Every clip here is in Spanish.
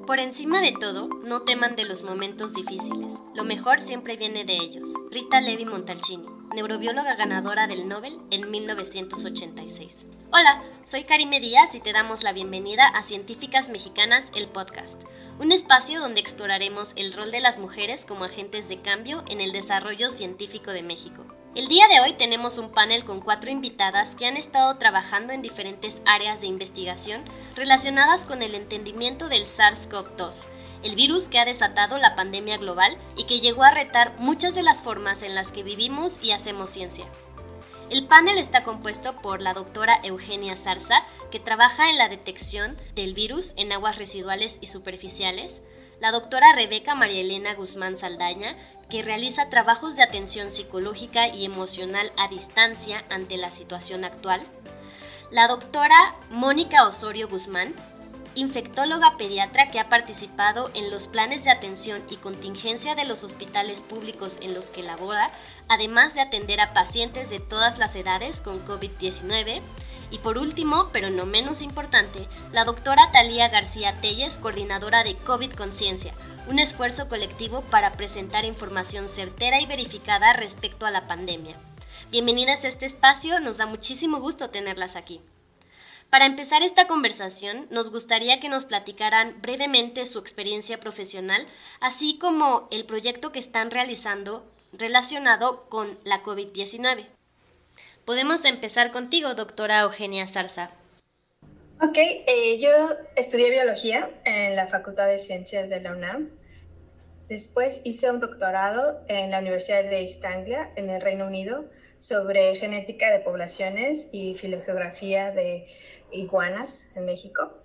Por encima de todo, no teman de los momentos difíciles. Lo mejor siempre viene de ellos. Rita Levi Montalcini, neurobióloga ganadora del Nobel en 1986. Hola, soy Karime Díaz y te damos la bienvenida a Científicas Mexicanas, el podcast, un espacio donde exploraremos el rol de las mujeres como agentes de cambio en el desarrollo científico de México. El día de hoy tenemos un panel con 4 invitadas que han estado trabajando en diferentes áreas de investigación relacionadas con el entendimiento del SARS-CoV-2, el virus que ha desatado la pandemia global y que llegó a retar muchas de las formas en las que vivimos y hacemos ciencia. El panel está compuesto por la doctora Eugenia Zarza, que trabaja en la detección del virus en aguas residuales y superficiales, la doctora Rebeca María Elena Guzmán Saldaña, que realiza trabajos de atención psicológica y emocional a distancia ante la situación actual, la doctora Mónica Osorio Guzmán, infectóloga pediatra que ha participado en los planes de atención y contingencia de los hospitales públicos en los que labora, además de atender a pacientes de todas las edades con COVID-19, y por último, pero no menos importante, la doctora Talía García Telles, coordinadora de COVID Conciencia, un esfuerzo colectivo para presentar información certera y verificada respecto a la pandemia. Bienvenidas a este espacio, nos da muchísimo gusto tenerlas aquí. Para empezar esta conversación, nos gustaría que nos platicaran brevemente su experiencia profesional, así como el proyecto que están realizando relacionado con la COVID-19. Podemos empezar contigo, doctora Eugenia Zarza. Ok, yo estudié biología en la Facultad de Ciencias de la UNAM. Después hice un doctorado en la Universidad de East Anglia, en el Reino Unido, sobre genética de poblaciones y filogeografía de iguanas en México.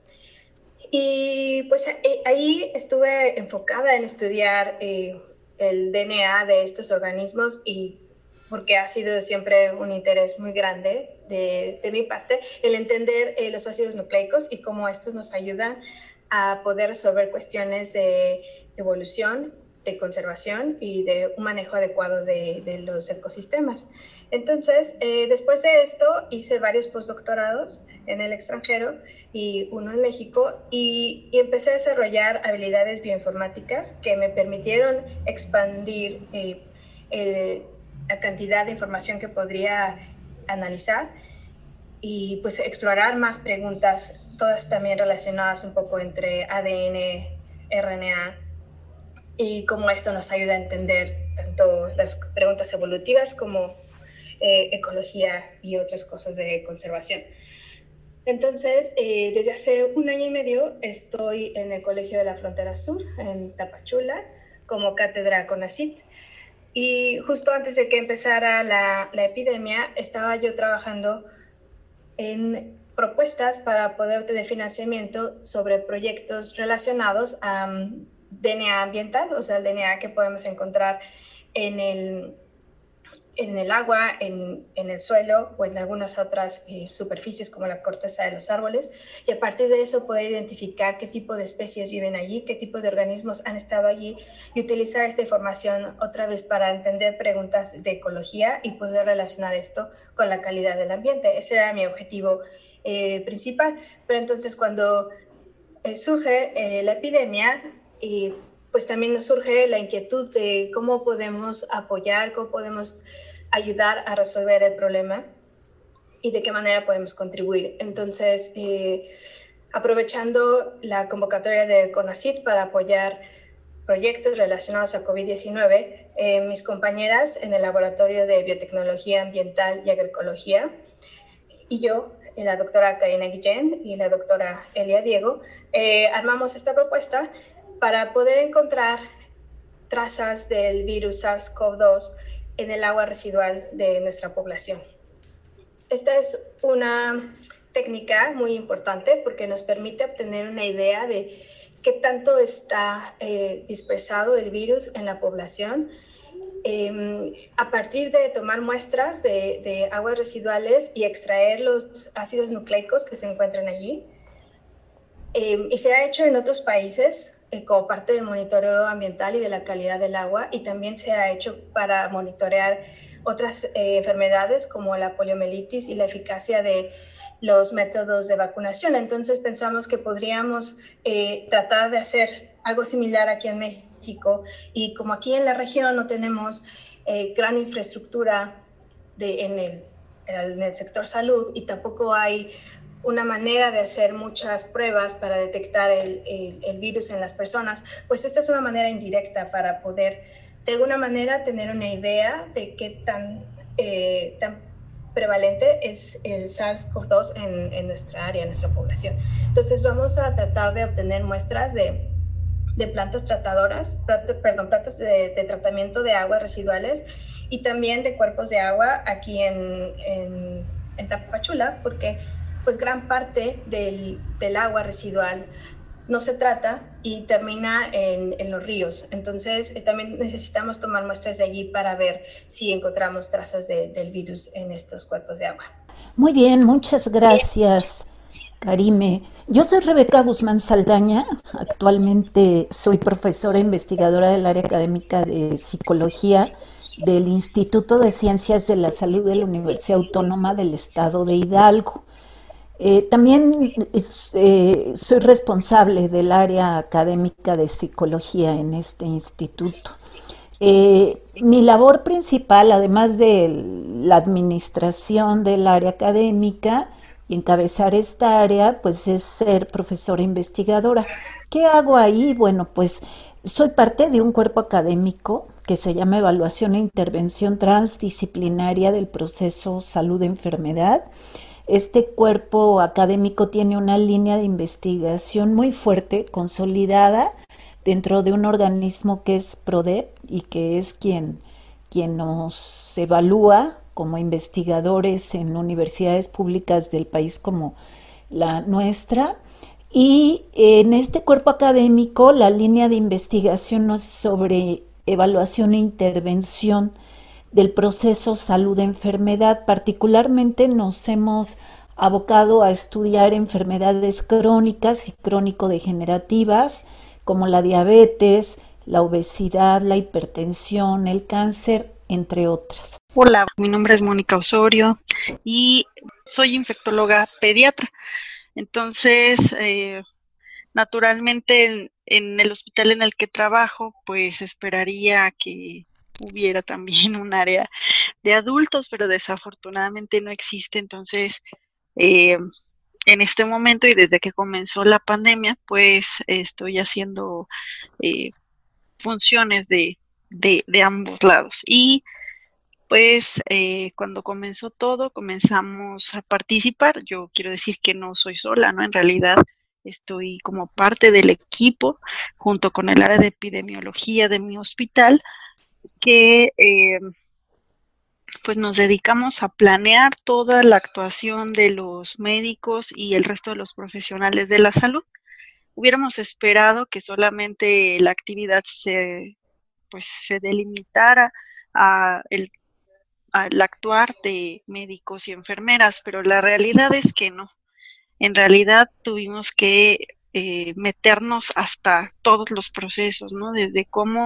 Y pues ahí estuve enfocada en estudiar el DNA de estos organismos y porque ha sido siempre un interés muy grande de mi parte, el entender los ácidos nucleicos y cómo estos nos ayudan a poder resolver cuestiones de evolución, de conservación y de un manejo adecuado de los ecosistemas. Entonces, después de esto, hice varios postdoctorados en el extranjero y uno en México y empecé a desarrollar habilidades bioinformáticas que me permitieron expandir la cantidad de información que podría analizar y pues explorar más preguntas, todas también relacionadas un poco entre ADN, RNA y cómo esto nos ayuda a entender tanto las preguntas evolutivas como ecología y otras cosas de conservación. Entonces, desde hace 1 año y medio estoy en el Colegio de la Frontera Sur, en Tapachula, como cátedra CONACYT. Y justo antes de que empezara la epidemia, estaba yo trabajando en propuestas para poder obtener financiamiento sobre proyectos relacionados a DNA ambiental, o sea, el DNA que podemos encontrar en el agua, en el suelo o en algunas otras superficies como la corteza de los árboles, y a partir de eso poder identificar qué tipo de especies viven allí, qué tipo de organismos han estado allí y utilizar esta información otra vez para entender preguntas de ecología y poder relacionar esto con la calidad del ambiente. Ese era mi objetivo principal. Pero entonces cuando surge la epidemia, pues también nos surge la inquietud de cómo podemos apoyar, cómo podemos ayudar a resolver el problema y de qué manera podemos contribuir. Entonces, aprovechando la convocatoria de CONACYT para apoyar proyectos relacionados a COVID-19, mis compañeras en el Laboratorio de Biotecnología Ambiental y Agroecología y yo, la doctora Karina Guillén y la doctora Elia Diego, armamos esta propuesta para poder encontrar trazas del virus SARS-CoV-2 en el agua residual de nuestra población. Esta es una técnica muy importante porque nos permite obtener una idea de qué tanto está dispersado el virus en la población a partir de tomar muestras de aguas residuales y extraer los ácidos nucleicos que se encuentran allí. Y se ha hecho en otros países como parte del monitoreo ambiental y de la calidad del agua, y también se ha hecho para monitorear otras enfermedades como la poliomielitis y la eficacia de los métodos de vacunación. Entonces pensamos que podríamos tratar de hacer algo similar aquí en México, y como aquí en la región no tenemos gran infraestructura en el sector salud, y tampoco hay una manera de hacer muchas pruebas para detectar el virus en las personas, pues esta es una manera indirecta para poder de alguna manera tener una idea de qué tan prevalente es el SARS-CoV-2 en nuestra área, en nuestra población. Entonces vamos a tratar de obtener muestras de plantas tratadoras, plantas de tratamiento de aguas residuales, y también de cuerpos de agua aquí en Tapachula, porque pues gran parte del agua residual no se trata y termina en los ríos. Entonces, también necesitamos tomar muestras de allí para ver si encontramos trazas del virus en estos cuerpos de agua. Muy bien, muchas gracias, Karime. Yo soy Rebeca Guzmán Saldaña, actualmente soy profesora investigadora del área académica de psicología del Instituto de Ciencias de la Salud de la Universidad Autónoma del Estado de Hidalgo. También soy responsable del área académica de psicología en este instituto. Mi labor principal, además de la administración del área académica y encabezar esta área, pues es ser profesora investigadora. ¿Qué hago ahí? Bueno, pues soy parte de un cuerpo académico que se llama Evaluación e Intervención Transdisciplinaria del Proceso Salud-Enfermedad. Este cuerpo académico tiene una línea de investigación muy fuerte, consolidada, dentro de un organismo que es PRODEP y que es quien nos evalúa como investigadores en universidades públicas del país como la nuestra. Y en este cuerpo académico la línea de investigación no es sobre evaluación e intervención del proceso salud-enfermedad. Particularmente nos hemos abocado a estudiar enfermedades crónicas y crónico-degenerativas como la diabetes, la obesidad, la hipertensión, el cáncer, entre otras. Hola, mi nombre es Mónica Osorio y soy infectóloga pediatra. Entonces, naturalmente en el hospital en el que trabajo, pues esperaría que hubiera también un área de adultos, pero desafortunadamente no existe. Entonces, en este momento y desde que comenzó la pandemia, pues estoy haciendo funciones de ambos lados. Y pues cuando comenzó todo, comenzamos a participar. Yo quiero decir que no soy sola, ¿no? En realidad estoy como parte del equipo, junto con el área de epidemiología de mi hospital, que pues nos dedicamos a planear toda la actuación de los médicos y el resto de los profesionales de la salud. Hubiéramos esperado que solamente la actividad pues, se delimitara a al actuar de médicos y enfermeras, pero la realidad es que no. En realidad tuvimos que meternos hasta todos los procesos, ¿no? Desde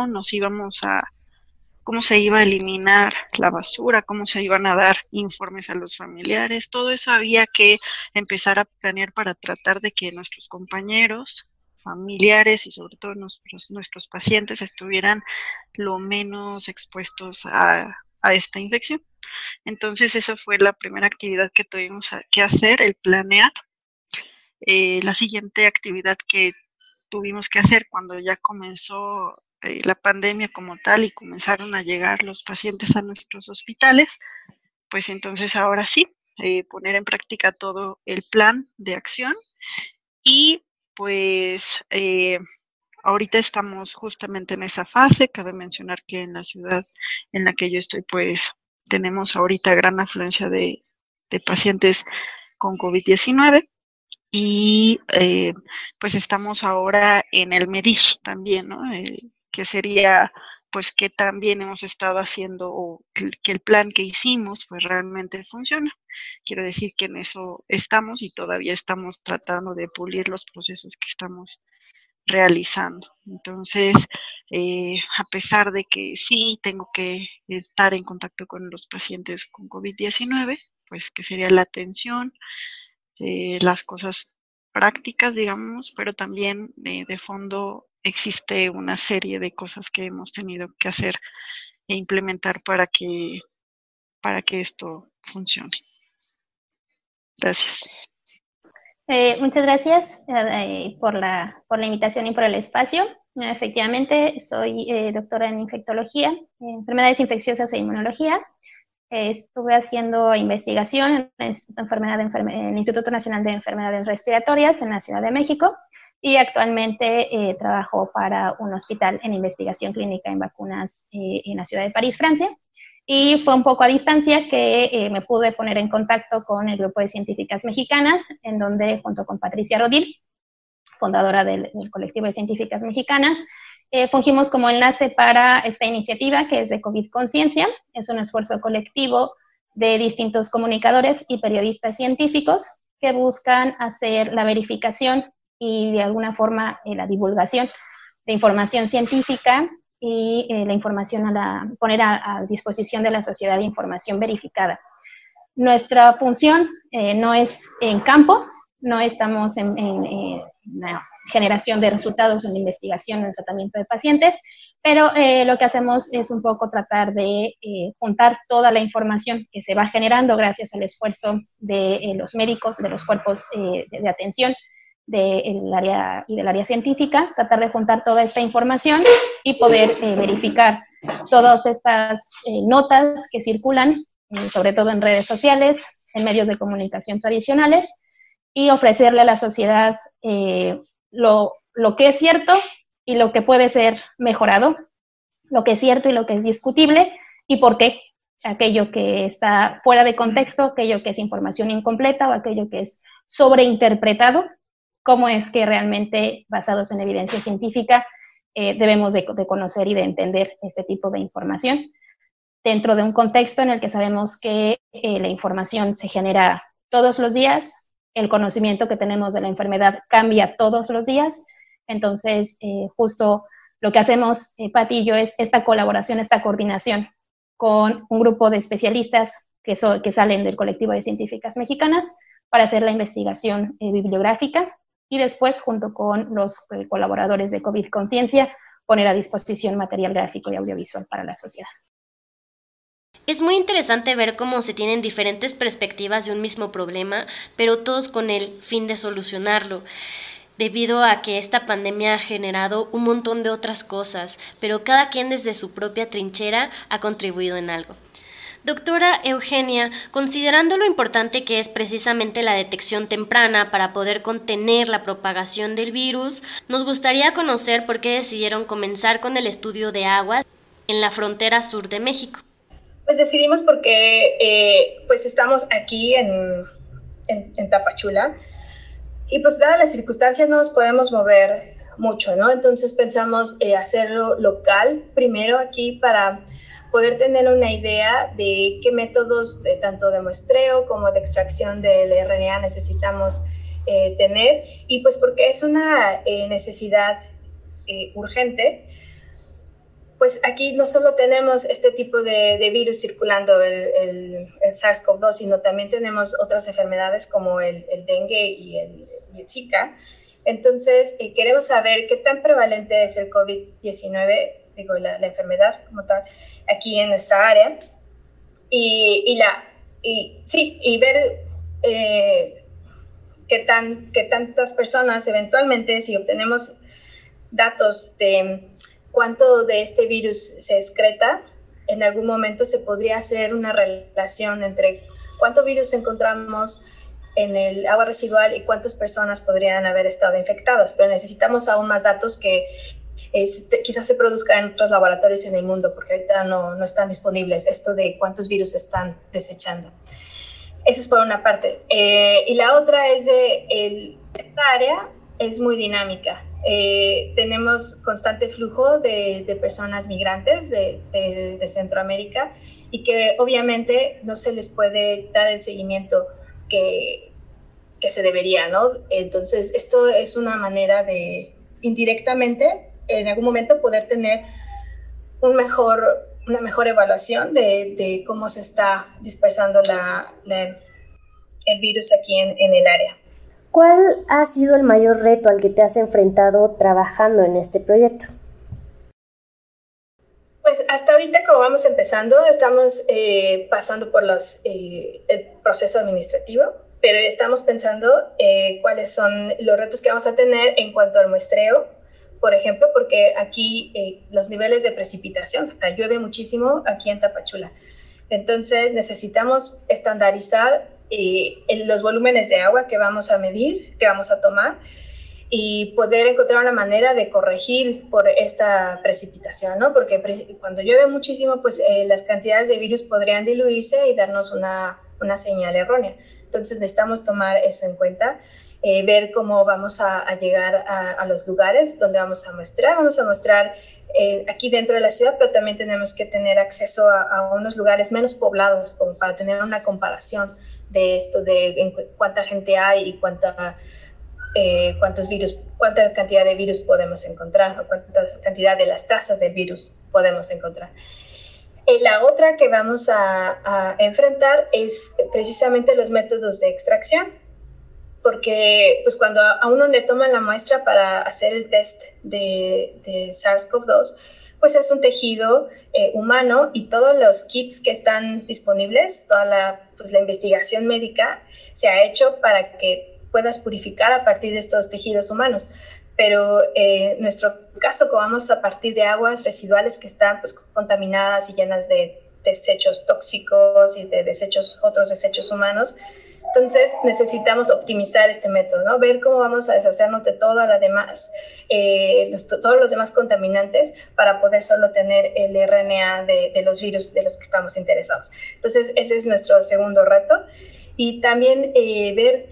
cómo se iba a eliminar la basura, cómo se iban a dar informes a los familiares, todo eso había que empezar a planear para tratar de que nuestros compañeros, familiares y sobre todo nuestros pacientes estuvieran lo menos expuestos a esta infección. Entonces esa fue la primera actividad que tuvimos que hacer, el planear. La siguiente actividad que tuvimos que hacer cuando ya comenzó la pandemia como tal y comenzaron a llegar los pacientes a nuestros hospitales, pues entonces ahora sí, poner en práctica todo el plan de acción y pues ahorita estamos justamente en esa fase. Cabe mencionar que en la ciudad en la que yo estoy, pues tenemos ahorita gran afluencia de pacientes con COVID-19 y pues estamos ahora en el medir también, ¿no? Que sería pues que también hemos estado haciendo o que el plan que hicimos pues realmente funciona. Quiero decir que en eso estamos y todavía estamos tratando de pulir los procesos que estamos realizando. Entonces, a pesar de que sí tengo que estar en contacto con los pacientes con COVID-19, pues que sería la atención, las cosas prácticas, digamos, pero también de fondo existe una serie de cosas que hemos tenido que hacer e implementar para que esto funcione. Gracias. Muchas gracias por la invitación y por el espacio. Efectivamente, soy doctora en infectología, enfermedades infecciosas e inmunología. Estuve haciendo investigación en el Instituto Nacional de Enfermedades Respiratorias en la Ciudad de México y actualmente trabajo para un hospital en investigación clínica en vacunas en la ciudad de París, Francia. Y fue un poco a distancia que me pude poner en contacto con el grupo de científicas mexicanas, en donde junto con Patricia Rodil, fundadora del colectivo de científicas mexicanas, fungimos como enlace para esta iniciativa que es de COVID Conciencia. Es un esfuerzo colectivo de distintos comunicadores y periodistas científicos que buscan hacer la verificación y de alguna forma la divulgación de información científica y la información poner a disposición de la sociedad información verificada. Nuestra función no es en campo, no estamos en la generación de resultados en investigación en el tratamiento de pacientes, pero lo que hacemos es un poco tratar de juntar toda la información que se va generando gracias al esfuerzo de los médicos, de los cuerpos de atención del área científica, tratar de juntar toda esta información y poder verificar todas estas notas que circulan, sobre todo en redes sociales, en medios de comunicación tradicionales, y ofrecerle a la sociedad lo que es cierto y lo que puede ser mejorado, lo que es cierto y lo que es discutible, y por qué aquello que está fuera de contexto, aquello que es información incompleta o aquello que es sobreinterpretado, cómo es que realmente, basados en evidencia científica, debemos de conocer y de entender este tipo de información dentro de un contexto en el que sabemos que la información se genera todos los días, el conocimiento que tenemos de la enfermedad cambia todos los días. Entonces, justo lo que hacemos, Pati y yo, es esta colaboración, esta coordinación con un grupo de especialistas que salen del colectivo de científicas mexicanas para hacer la investigación bibliográfica y después, junto con los colaboradores de COVID Conciencia, poner a disposición material gráfico y audiovisual para la sociedad. Es muy interesante ver cómo se tienen diferentes perspectivas de un mismo problema, pero todos con el fin de solucionarlo, debido a que esta pandemia ha generado un montón de otras cosas, pero cada quien desde su propia trinchera ha contribuido en algo. Doctora Eugenia, considerando lo importante que es precisamente la detección temprana para poder contener la propagación del virus, nos gustaría conocer por qué decidieron comenzar con el estudio de aguas en la frontera sur de México. Pues decidimos porque pues estamos aquí en Tapachula y pues dadas las circunstancias no nos podemos mover mucho, ¿no? Entonces pensamos hacerlo local primero aquí para poder tener una idea de qué métodos tanto de muestreo como de extracción del RNA necesitamos tener, y pues porque es una necesidad urgente. Pues aquí no solo tenemos este tipo de virus circulando, el SARS-CoV-2, sino también tenemos otras enfermedades como el dengue y el Zika. Entonces, queremos saber qué tan prevalente es el COVID-19, digo, la enfermedad como tal, aquí en nuestra área, y ver qué tantas personas eventualmente, si obtenemos datos de cuánto de este virus se excreta, en algún momento se podría hacer una relación entre cuánto virus encontramos en el agua residual y cuántas personas podrían haber estado infectadas, pero necesitamos aún más datos que quizás se produzcan en otros laboratorios en el mundo, porque ahorita no están disponibles esto de cuántos virus están desechando. Eso es por una parte. Y la otra es esta área es muy dinámica. Tenemos constante flujo de personas migrantes de Centroamérica y que obviamente no se les puede dar el seguimiento que se debería, ¿no? Entonces, esto es una manera de indirectamente en algún momento poder tener una mejor evaluación de cómo se está dispersando el virus aquí en el área. ¿Cuál ha sido el mayor reto al que te has enfrentado trabajando en este proyecto? Pues hasta ahorita, como vamos empezando, estamos pasando por el proceso administrativo, pero estamos pensando cuáles son los retos que vamos a tener en cuanto al muestreo, por ejemplo, porque aquí los niveles de precipitación, o sea, llueve muchísimo aquí en Tapachula. Entonces necesitamos estandarizar los volúmenes de agua que vamos a medir, que vamos a tomar, y poder encontrar una manera de corregir por esta precipitación, ¿no? Porque cuando llueve muchísimo, pues las cantidades de virus podrían diluirse y darnos una señal errónea. Entonces necesitamos tomar eso en cuenta, ver cómo vamos a llegar a los lugares donde vamos a muestrar. Vamos a mostrar aquí dentro de la ciudad, pero también tenemos que tener acceso a unos lugares menos poblados como para tener una comparación de esto, de cuánta gente hay y cuánta cantidad de virus podemos encontrar o cuánta cantidad de las trazas del virus podemos encontrar. La otra que vamos a enfrentar es precisamente los métodos de extracción, porque pues cuando a uno le toman la muestra para hacer el test de SARS-CoV-2, pues es un tejido humano y todos los kits que están disponibles, toda la investigación médica se ha hecho para que puedas purificar a partir de estos tejidos humanos. Pero en nuestro caso, como vamos a partir de aguas residuales que están pues, contaminadas y llenas de desechos tóxicos y de otros desechos humanos, entonces necesitamos optimizar este método, ¿no? Ver cómo vamos a deshacernos de todos los demás contaminantes para poder solo tener el RNA de los virus de los que estamos interesados. Entonces ese es nuestro segundo reto. Y también ver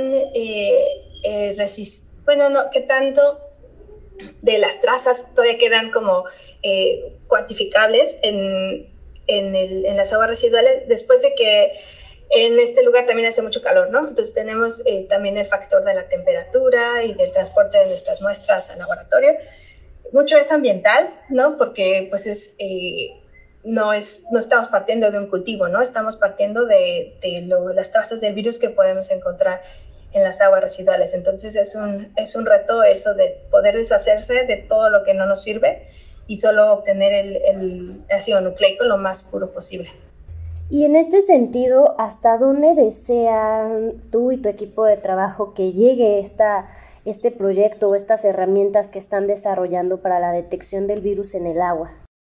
qué tanto de las trazas todavía quedan como cuantificables en las aguas residuales después de que en este lugar también hace mucho calor, ¿no? Entonces tenemos también el factor de la temperatura y del transporte de nuestras muestras al laboratorio. Mucho es ambiental, ¿no? Porque pues no estamos partiendo de un cultivo, ¿no? Estamos partiendo de las trazas del virus que podemos encontrar en las aguas residuales. Entonces es un reto eso de poder deshacerse de todo lo que no nos sirve y solo obtener el ácido nucleico lo más puro posible. Y en este sentido, ¿hasta dónde desean tú y tu equipo de trabajo que llegue este proyecto o estas herramientas que están desarrollando para la detección del virus en el agua?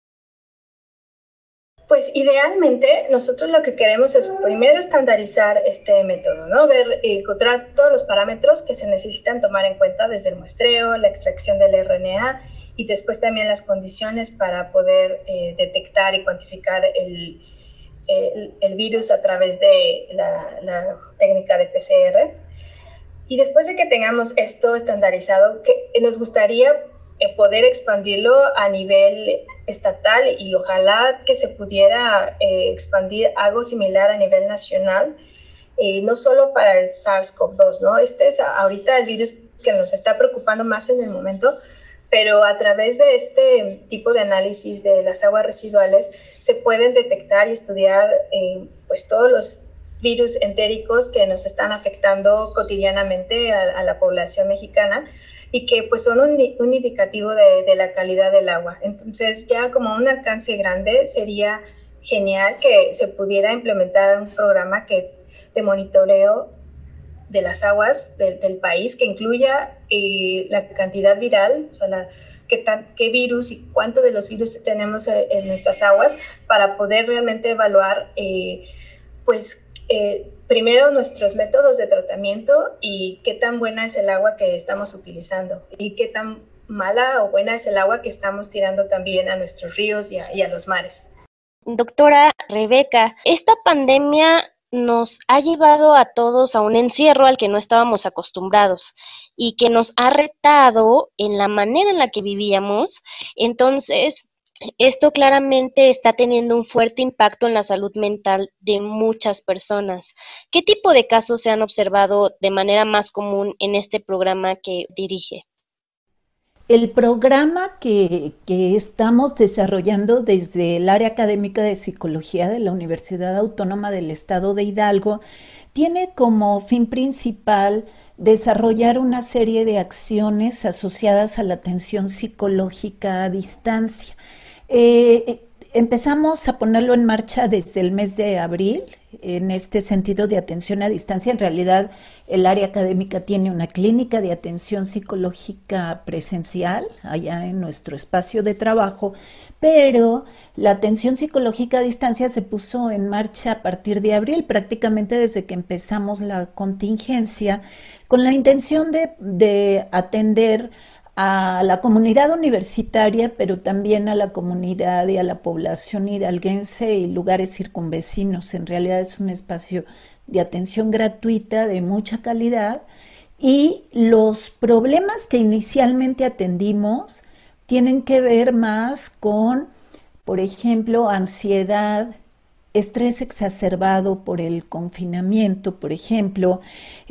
Pues idealmente nosotros lo que queremos es primero estandarizar este método, ¿no? Encontrar todos los parámetros que se necesitan tomar en cuenta desde el muestreo, la extracción del RNA y después también las condiciones para poder detectar y cuantificar el virus a través de la técnica de PCR. Y después de que tengamos esto estandarizado, nos gustaría poder expandirlo a nivel estatal y ojalá que se pudiera expandir algo similar a nivel nacional, no solo para el SARS-CoV-2, ¿no? Este es ahorita el virus que nos está preocupando más en el momento, pero a través de este tipo de análisis de las aguas residuales se pueden detectar y estudiar pues todos los virus entéricos que nos están afectando cotidianamente a la población mexicana y que pues son un indicativo de la calidad del agua. Entonces ya como un alcance grande sería genial que se pudiera implementar un programa de monitoreo de las aguas del país que incluya la cantidad viral, o sea, qué virus y cuánto de los virus tenemos en nuestras aguas para poder realmente evaluar primero nuestros métodos de tratamiento y qué tan buena es el agua que estamos utilizando y qué tan mala o buena es el agua que estamos tirando también a nuestros ríos y a los mares. Doctora Rebeca, esta pandemia nos ha llevado a todos a un encierro al que no estábamos acostumbrados y que nos ha retado en la manera en la que vivíamos. Entonces, esto claramente está teniendo un fuerte impacto en la salud mental de muchas personas. ¿Qué tipo de casos se han observado de manera más común en este programa que dirige? el programa que estamos desarrollando desde el área académica de psicología de la Universidad Autónoma del Estado de Hidalgo tiene como fin principal desarrollar una serie de acciones asociadas a la atención psicológica a distancia. Empezamos a ponerlo en marcha desde el mes de abril, en este sentido de atención a distancia. En realidad, el área académica tiene una clínica de atención psicológica presencial allá en nuestro espacio de trabajo, pero la atención psicológica a distancia se puso en marcha a partir de abril, prácticamente desde que empezamos la contingencia, con la intención de atender a la comunidad universitaria, pero también a la comunidad y a la población hidalguense y lugares circunvecinos. En realidad es un espacio de atención gratuita de mucha calidad, y los problemas que inicialmente atendimos tienen que ver más con, por ejemplo, ansiedad, estrés exacerbado por el confinamiento, por ejemplo,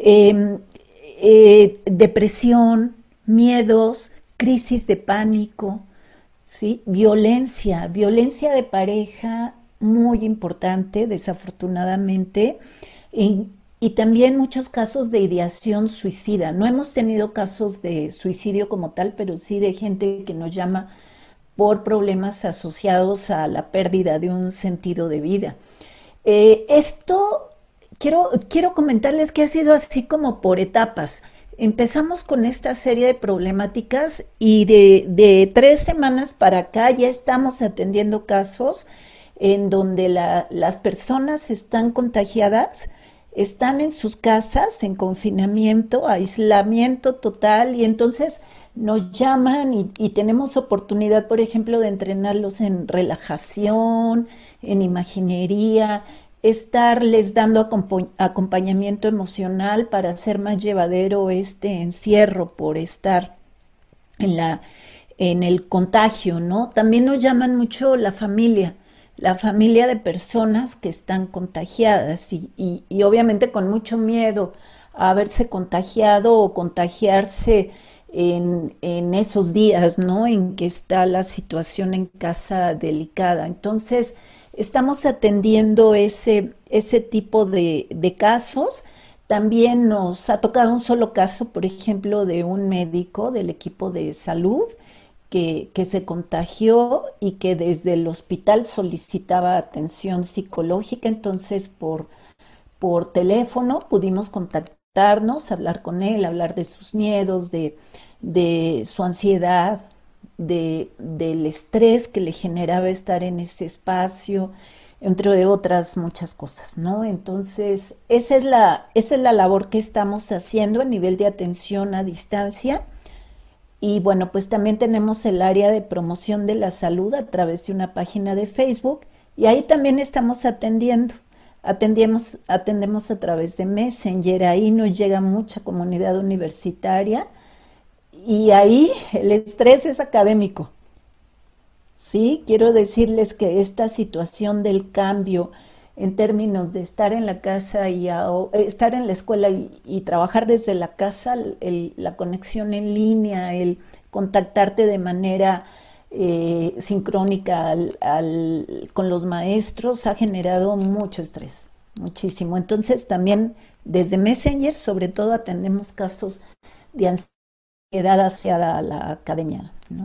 depresión, miedos, crisis de pánico, ¿sí? Violencia de pareja, muy importante, desafortunadamente, y también muchos casos de ideación suicida. No hemos tenido casos de suicidio como tal, pero sí de gente que nos llama por problemas asociados a la pérdida de un sentido de vida. Esto quiero comentarles que ha sido así como por etapas. Empezamos con esta serie de problemáticas y de 3 semanas para acá ya estamos atendiendo casos en donde las personas están contagiadas, están en sus casas, en confinamiento, aislamiento total, y entonces nos llaman y tenemos oportunidad, por ejemplo, de entrenarlos en relajación, en imaginería, estarles dando acompañamiento emocional para hacer más llevadero este encierro por estar en el contagio, ¿no? También nos llaman mucho la familia de personas que están contagiadas y obviamente con mucho miedo a haberse contagiado o contagiarse en esos días, ¿no? En que está la situación en casa delicada. Entonces, estamos atendiendo ese tipo de casos. También nos ha tocado un solo caso, por ejemplo, de un médico del equipo de salud que se contagió y que desde el hospital solicitaba atención psicológica. Entonces, por teléfono pudimos contactarnos, hablar con él, hablar de sus miedos, de su ansiedad, del estrés que le generaba estar en ese espacio, entre otras muchas cosas, ¿no? Entonces, esa es la labor que estamos haciendo a nivel de atención a distancia. Y bueno, pues también tenemos el área de promoción de la salud a través de una página de Facebook, y ahí también estamos atendemos a través de Messenger. Ahí nos llega mucha comunidad universitaria. Y ahí el estrés es académico. Sí, quiero decirles que esta situación del cambio en términos de estar en la casa y estar en la escuela y trabajar desde la casa, la conexión en línea, el contactarte de manera sincrónica con los maestros ha generado mucho estrés, muchísimo. Entonces también desde Messenger sobre todo atendemos casos de ansiedad asociada a la academia, ¿no?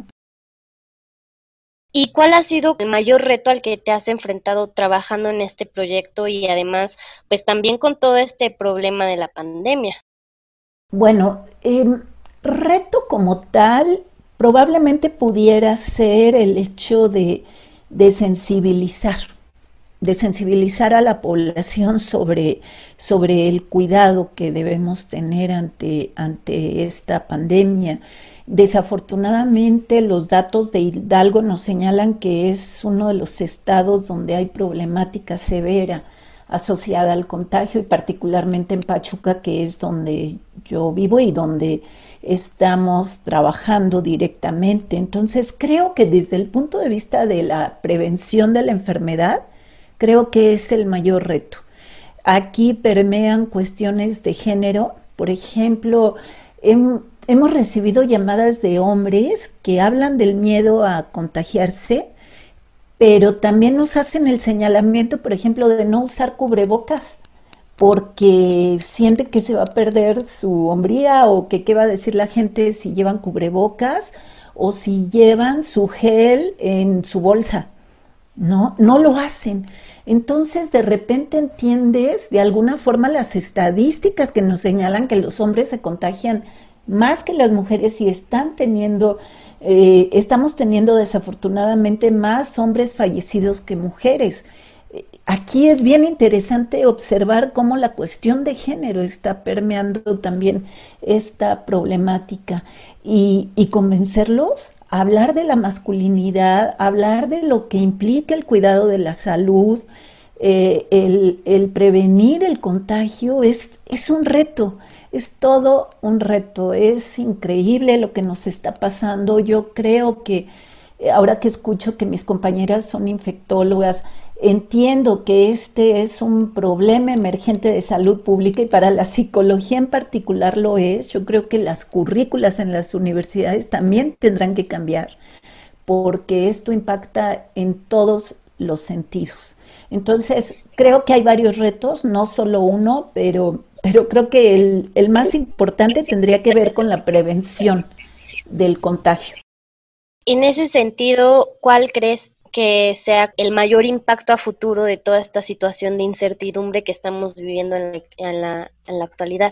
¿Y cuál ha sido el mayor reto al que te has enfrentado trabajando en este proyecto y además, pues también con todo este problema de la pandemia? Bueno, reto como tal probablemente pudiera ser el hecho de sensibilizar a la población sobre el cuidado que debemos tener ante esta pandemia. Desafortunadamente, los datos de Hidalgo nos señalan que es uno de los estados donde hay problemática severa asociada al contagio, y particularmente en Pachuca, que es donde yo vivo y donde estamos trabajando directamente. Entonces, creo que desde el punto de vista de la prevención de la enfermedad, creo que es el mayor reto. Aquí permean cuestiones de género. Por ejemplo, hemos recibido llamadas de hombres que hablan del miedo a contagiarse, pero también nos hacen el señalamiento, por ejemplo, de no usar cubrebocas porque sienten que se va a perder su hombría o que qué va a decir la gente si llevan cubrebocas o si llevan su gel en su bolsa. No, no lo hacen. Entonces, de repente entiendes de alguna forma las estadísticas que nos señalan que los hombres se contagian más que las mujeres y estamos teniendo desafortunadamente más hombres fallecidos que mujeres. Aquí es bien interesante observar cómo la cuestión de género está permeando también esta problemática y convencerlos a hablar de la masculinidad, hablar de lo que implica el cuidado de la salud, el prevenir el contagio es un reto, es todo un reto, es increíble lo que nos está pasando. Yo creo que ahora que escucho que mis compañeras son infectólogas, entiendo que este es un problema emergente de salud pública y para la psicología en particular lo es. Yo creo que las currículas en las universidades también tendrán que cambiar porque esto impacta en todos los sentidos. Entonces, creo que hay varios retos, no solo uno, pero creo que el más importante tendría que ver con la prevención del contagio. En ese sentido, ¿cuál crees que sea el mayor impacto a futuro de toda esta situación de incertidumbre que estamos viviendo en la actualidad?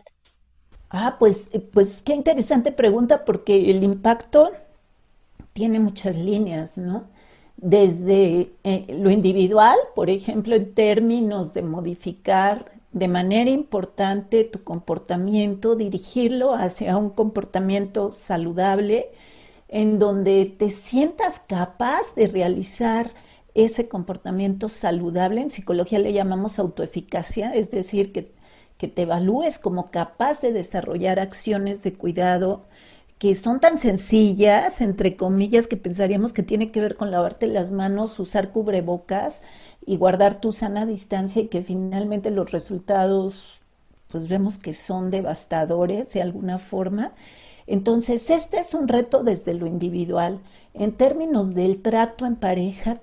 Pues qué interesante pregunta porque el impacto tiene muchas líneas, ¿no? Desde lo individual, por ejemplo, en términos de modificar de manera importante tu comportamiento, dirigirlo hacia un comportamiento saludable, en donde te sientas capaz de realizar ese comportamiento saludable. En psicología le llamamos autoeficacia, es decir, que te evalúes como capaz de desarrollar acciones de cuidado que son tan sencillas, entre comillas, que pensaríamos que tiene que ver con lavarte las manos, usar cubrebocas y guardar tu sana distancia y que finalmente los resultados, pues vemos que son devastadores de alguna forma. Entonces, este es un reto desde lo individual. En términos del trato en pareja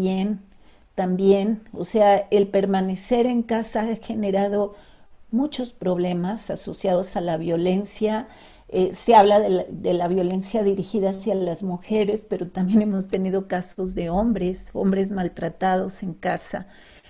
también, o sea, el permanecer en casa ha generado muchos problemas asociados a la violencia. Se habla de la violencia dirigida hacia las mujeres, pero también hemos tenido casos de hombres maltratados en casa.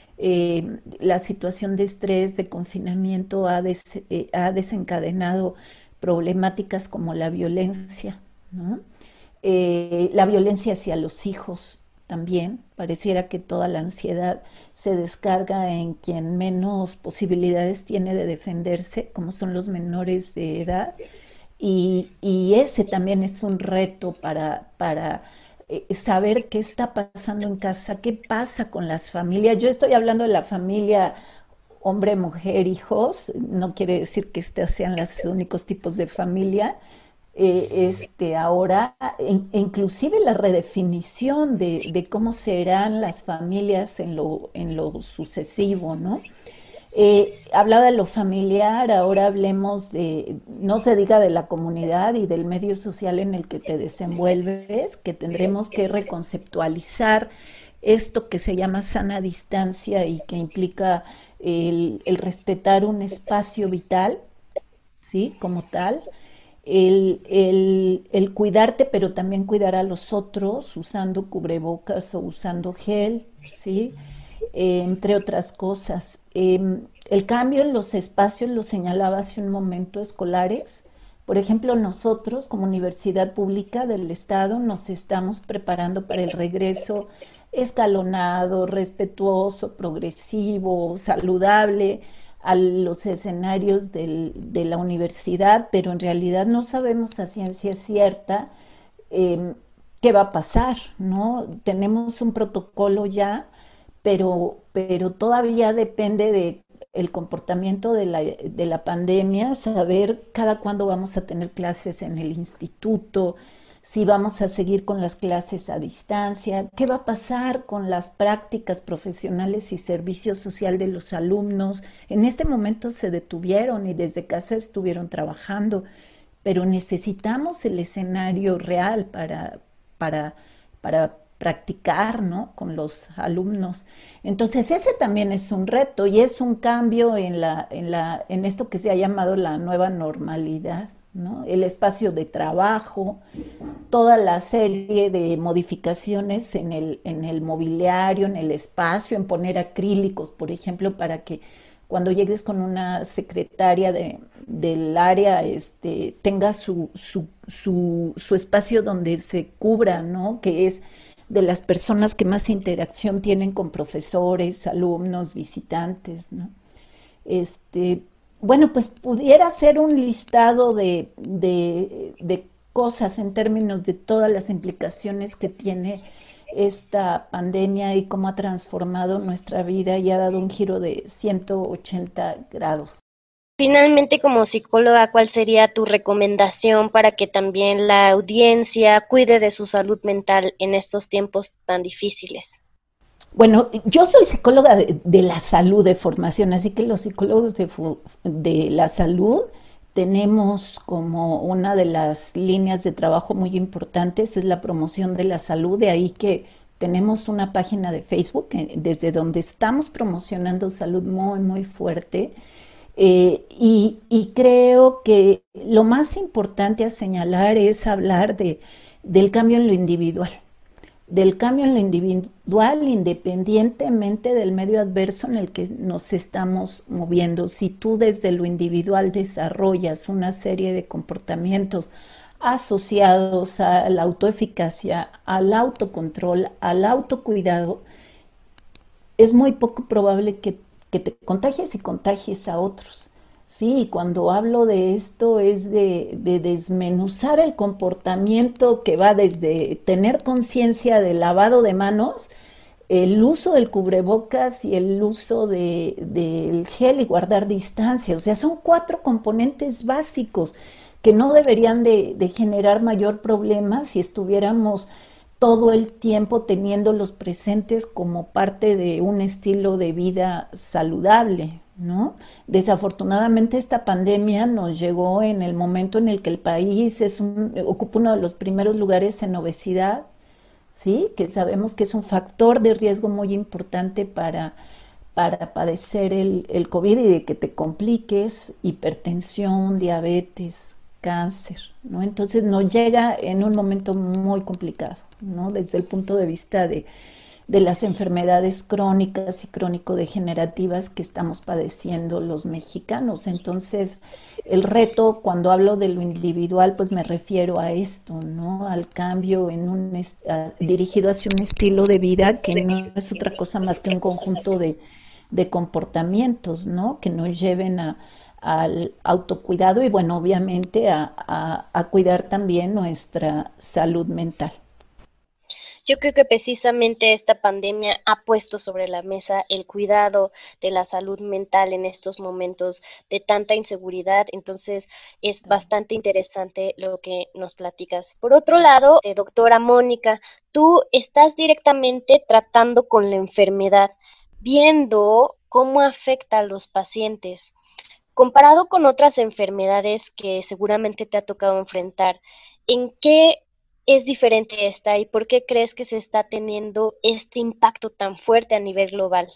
La situación de estrés, de confinamiento ha desencadenado problemáticas como la violencia, ¿no? La violencia hacia los hijos también, pareciera que toda la ansiedad se descarga en quien menos posibilidades tiene de defenderse, como son los menores de edad, y ese también es un reto para saber qué está pasando en casa, qué pasa con las familias. Yo estoy hablando de la familia hombre, mujer, hijos, no quiere decir que estos sean los únicos tipos de familia. Ahora, inclusive la redefinición de cómo serán las familias en lo sucesivo, ¿no? Hablaba de lo familiar, ahora hablemos no se diga de la comunidad y del medio social en el que te desenvuelves, que tendremos que reconceptualizar esto que se llama sana distancia y que implica el respetar un espacio vital, ¿sí? Como tal, el cuidarte, pero también cuidar a los otros usando cubrebocas o usando gel, ¿sí? Entre otras cosas. El cambio en los espacios, lo señalaba hace un momento, escolares. Por ejemplo, nosotros como Universidad Pública del Estado nos estamos preparando para el regreso escalonado, respetuoso, progresivo, saludable a los escenarios de la universidad, pero en realidad no sabemos a ciencia cierta eh, qué va a pasar, ¿no? Tenemos un protocolo ya, pero todavía depende de el comportamiento de la pandemia, saber cada cuándo vamos a tener clases en el instituto, si vamos a seguir con las clases a distancia, qué va a pasar con las prácticas profesionales y servicio social de los alumnos. En este momento se detuvieron y desde casa estuvieron trabajando, pero necesitamos el escenario real para, para practicar, ¿no? Con los alumnos. Entonces, ese también es un reto y es un cambio en esto que se ha llamado la nueva normalidad, ¿no? El espacio de trabajo, toda la serie de modificaciones en el mobiliario, en el espacio, en poner acrílicos, por ejemplo, para que cuando llegues con una secretaria del área, tenga su espacio donde se cubra, ¿no? Que es de las personas que más interacción tienen con profesores, alumnos, visitantes, ¿no? Este, bueno, pues pudiera ser un listado de cosas en términos de todas las implicaciones que tiene esta pandemia y cómo ha transformado nuestra vida y ha dado un giro de 180 grados. Finalmente, como psicóloga, ¿cuál sería tu recomendación para que también la audiencia cuide de su salud mental en estos tiempos tan difíciles? Bueno, yo soy psicóloga de la salud de formación, así que los psicólogos de la salud tenemos como una de las líneas de trabajo muy importantes, es la promoción de la salud, de ahí que tenemos una página de Facebook desde donde estamos promocionando salud muy, muy fuerte. Y creo que lo más importante a señalar es hablar del cambio en lo individual, del cambio en lo individual independientemente del medio adverso en el que nos estamos moviendo. Si tú desde lo individual desarrollas una serie de comportamientos asociados a la autoeficacia, al autocontrol, al autocuidado, es muy poco probable que te contagies y contagies a otros. Sí, y cuando hablo de esto es de desmenuzar el comportamiento que va desde tener conciencia del lavado de manos, el uso del cubrebocas y el uso del gel y guardar distancia. O sea, son 4 componentes básicos que no deberían de generar mayor problema si estuviéramos todo el tiempo teniéndolos presentes como parte de un estilo de vida saludable, ¿no? Desafortunadamente esta pandemia nos llegó en el momento en el que el país ocupa uno de los primeros lugares en obesidad, ¿sí? Que sabemos que es un factor de riesgo muy importante para padecer el COVID y de que te compliques, hipertensión, diabetes, cáncer, ¿no? Entonces nos llega en un momento muy complicado, ¿no? Desde el punto de vista de las enfermedades crónicas y crónico-degenerativas que estamos padeciendo los mexicanos. Entonces, el reto, cuando hablo de lo individual, pues me refiero a esto, ¿no? Al cambio dirigido hacia un estilo de vida que no es otra cosa más que un conjunto de comportamientos, ¿no? Que nos lleven al autocuidado y, bueno, obviamente a cuidar también nuestra salud mental. Yo creo que precisamente esta pandemia ha puesto sobre la mesa el cuidado de la salud mental en estos momentos de tanta inseguridad, entonces es bastante interesante lo que nos platicas. Por otro lado, doctora Mónica, tú estás directamente tratando con la enfermedad, viendo cómo afecta a los pacientes. Comparado con otras enfermedades que seguramente te ha tocado enfrentar, ¿en qué es diferente esta y por qué crees que se está teniendo este impacto tan fuerte a nivel global?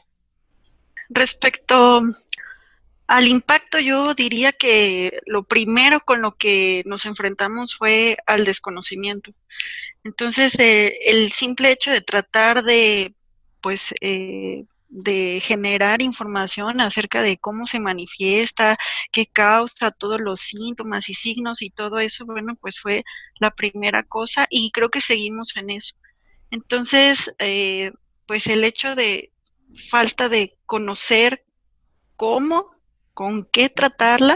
Respecto al impacto, yo diría que lo primero con lo que nos enfrentamos fue al desconocimiento. Entonces, el simple hecho de tratar pues, de generar información acerca de cómo se manifiesta, qué causa todos los síntomas y signos y todo eso, bueno, pues fue la primera cosa y creo que seguimos en eso. Entonces, pues el hecho de falta de conocer cómo, con qué tratarla,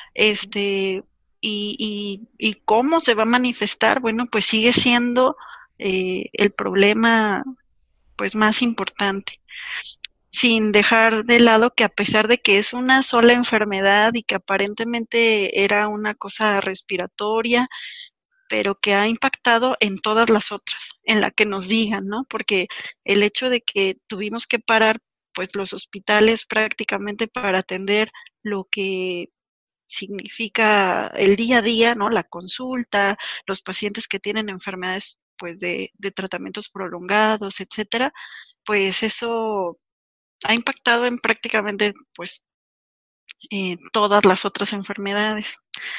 y cómo se va a manifestar, bueno, pues sigue siendo el problema pues más importante, sin dejar de lado que a pesar de que es una sola enfermedad y que aparentemente era una cosa respiratoria, pero que ha impactado en todas las otras, en la que nos digan, ¿no? Porque el hecho de que tuvimos que parar pues los hospitales prácticamente para atender lo que significa el día a día, ¿no? La consulta, los pacientes que tienen enfermedades pues de tratamientos prolongados, etcétera, pues eso ha impactado en prácticamente pues todas las otras enfermedades.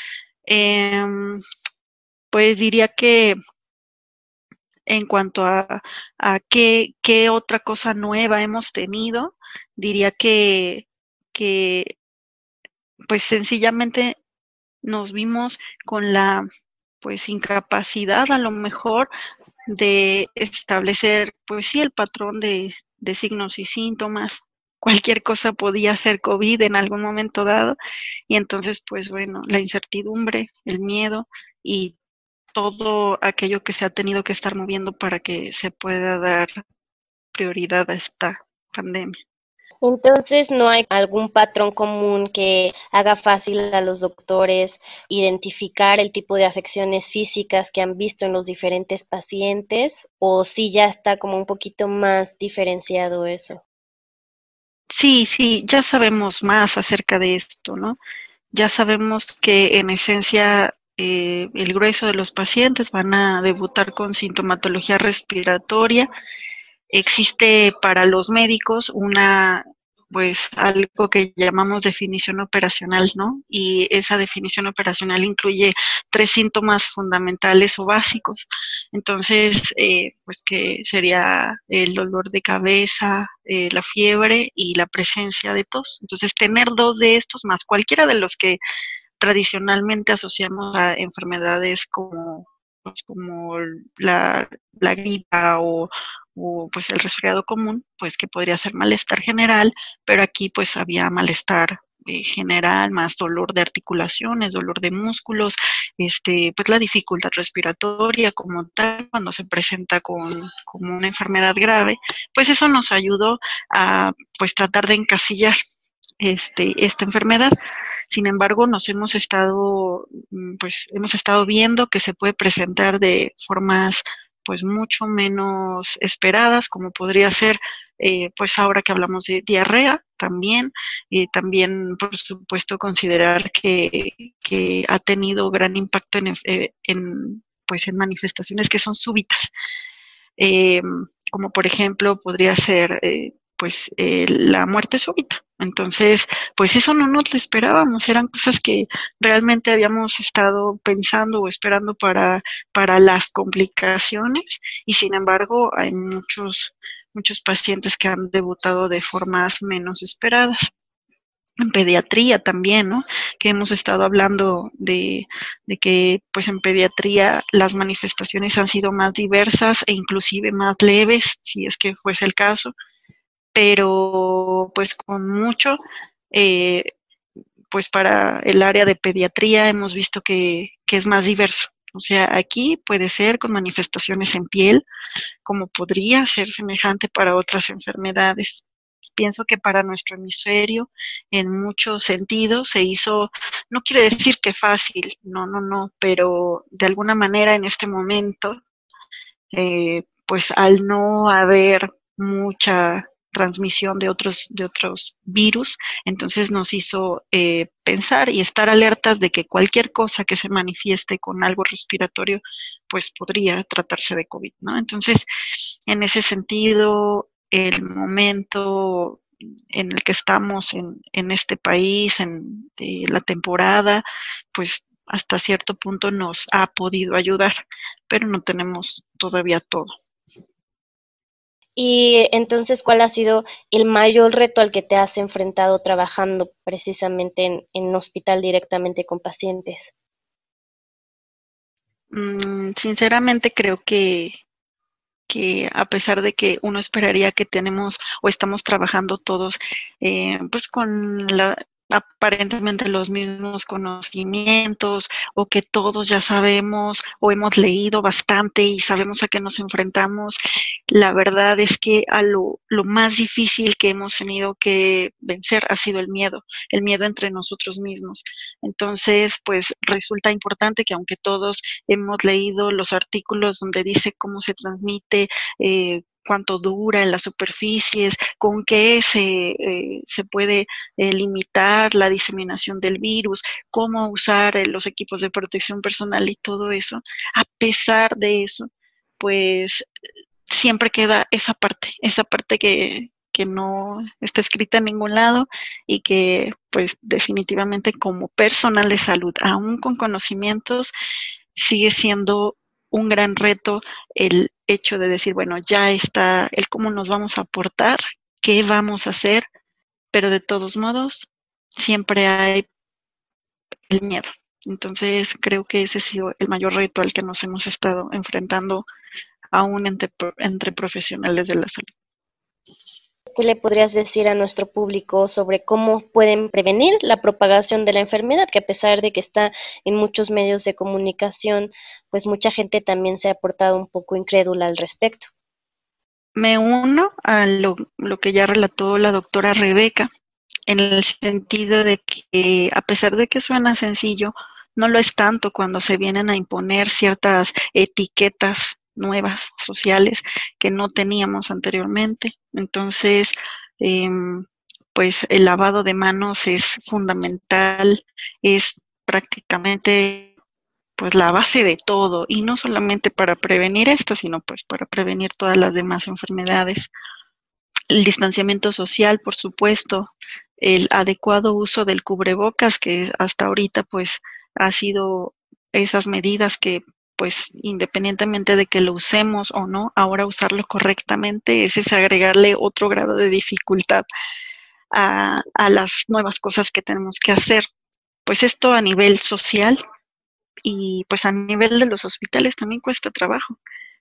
Pues diría que en cuanto a qué otra cosa nueva hemos tenido, diría que pues sencillamente nos vimos con la pues incapacidad a lo mejor de establecer pues sí el patrón de signos y síntomas. Cualquier cosa podía ser COVID en algún momento dado y entonces pues bueno, la incertidumbre, el miedo y todo aquello que se ha tenido que estar moviendo para que se pueda dar prioridad a esta pandemia. Entonces, ¿no hay algún patrón común que haga fácil a los doctores identificar el tipo de afecciones físicas que han visto en los diferentes pacientes? ¿O sí ya está como un poquito más diferenciado eso? Sí, ya sabemos más acerca de esto, ¿no? Ya sabemos que en esencia el grueso de los pacientes van a debutar con sintomatología respiratoria. Existe para los médicos pues algo que llamamos definición operacional, ¿no? Y esa definición operacional incluye 3 síntomas fundamentales o básicos. Entonces, pues que sería el dolor de cabeza, la fiebre y la presencia de tos. Entonces, tener 2 de estos más cualquiera de los que tradicionalmente asociamos a enfermedades como la gripa o pues el resfriado común, pues que podría ser malestar general, pero aquí pues había malestar general, más dolor de articulaciones, dolor de músculos, pues la dificultad respiratoria como tal, cuando se presenta como una enfermedad grave, pues eso nos ayudó a pues tratar de encasillar esta enfermedad. Sin embargo, hemos estado viendo que se puede presentar de formas pues mucho menos esperadas, como podría ser pues ahora que hablamos de diarrea también, y también por supuesto considerar que ha tenido gran impacto pues en manifestaciones que son súbitas, eh, como por ejemplo podría ser la muerte súbita. Entonces, pues eso no nos lo esperábamos, eran cosas que realmente habíamos estado pensando o esperando para las complicaciones y sin embargo hay muchos pacientes que han debutado de formas menos esperadas. En pediatría también, ¿no? Que hemos estado hablando de que pues en pediatría las manifestaciones han sido más diversas e inclusive más leves, si es que fuese el caso, pero pues con mucho, eh, pues para el área de pediatría hemos visto que es más diverso. O sea, aquí puede ser con manifestaciones en piel, como podría ser semejante para otras enfermedades. Pienso que para nuestro hemisferio, en muchos sentidos, se hizo, no quiere decir que fácil, no, pero de alguna manera en este momento, pues al no haber mucha transmisión de otros virus, entonces nos hizo pensar y estar alertas de que cualquier cosa que se manifieste con algo respiratorio, pues podría tratarse de COVID, ¿no? Entonces, en ese sentido, el momento en el que estamos en este país, en la temporada, pues hasta cierto punto nos ha podido ayudar, pero no tenemos todavía todo. Y entonces, ¿cuál ha sido el mayor reto al que te has enfrentado trabajando precisamente en hospital directamente con pacientes? Sinceramente creo que a pesar de que uno esperaría que tenemos o estamos trabajando todos pues con aparentemente los mismos conocimientos o que todos ya sabemos o hemos leído bastante y sabemos a qué nos enfrentamos, la verdad es que a lo más difícil que hemos tenido que vencer ha sido el miedo entre nosotros mismos. Entonces, pues resulta importante que aunque todos hemos leído los artículos donde dice cómo se transmite, cuánto dura en las superficies, con qué se puede limitar la diseminación del virus, cómo usar los equipos de protección personal y todo eso. A pesar de eso, pues siempre queda esa parte que no está escrita en ningún lado y que pues definitivamente como personal de salud, aún con conocimientos, sigue siendo un gran reto el hecho de decir, bueno, ya está el cómo nos vamos a aportar, qué vamos a hacer, pero de todos modos siempre hay el miedo. Entonces creo que ese ha sido el mayor reto al que nos hemos estado enfrentando aún entre profesionales de la salud. ¿Qué le podrías decir a nuestro público sobre cómo pueden prevenir la propagación de la enfermedad? Que a pesar de que está en muchos medios de comunicación, pues mucha gente también se ha portado un poco incrédula al respecto. Me uno a lo que ya relató la doctora Rebeca, en el sentido de que a pesar de que suena sencillo, no lo es tanto cuando se vienen a imponer ciertas etiquetas nuevas sociales que no teníamos anteriormente. Entonces, pues el lavado de manos es fundamental, es prácticamente pues la base de todo, y no solamente para prevenir esto, sino pues para prevenir todas las demás enfermedades. El distanciamiento social, por supuesto, el adecuado uso del cubrebocas, que hasta ahorita pues ha sido esas medidas que pues independientemente de que lo usemos o no, ahora usarlo correctamente es agregarle otro grado de dificultad a las nuevas cosas que tenemos que hacer. Pues esto a nivel social y pues a nivel de los hospitales también cuesta trabajo.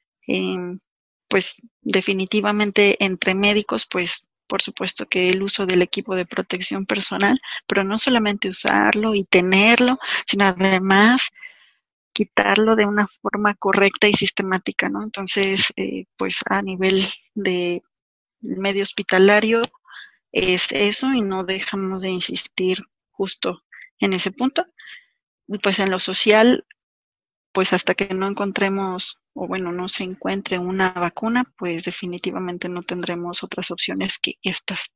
Pues definitivamente entre médicos, pues por supuesto que el uso del equipo de protección personal, pero no solamente usarlo y tenerlo, sino además quitarlo de una forma correcta y sistemática, ¿no? Entonces, pues a nivel de medio hospitalario es eso y no dejamos de insistir justo en ese punto. Y pues en lo social, pues hasta que no encontremos, o bueno, no se encuentre una vacuna, pues definitivamente no tendremos otras opciones que estas.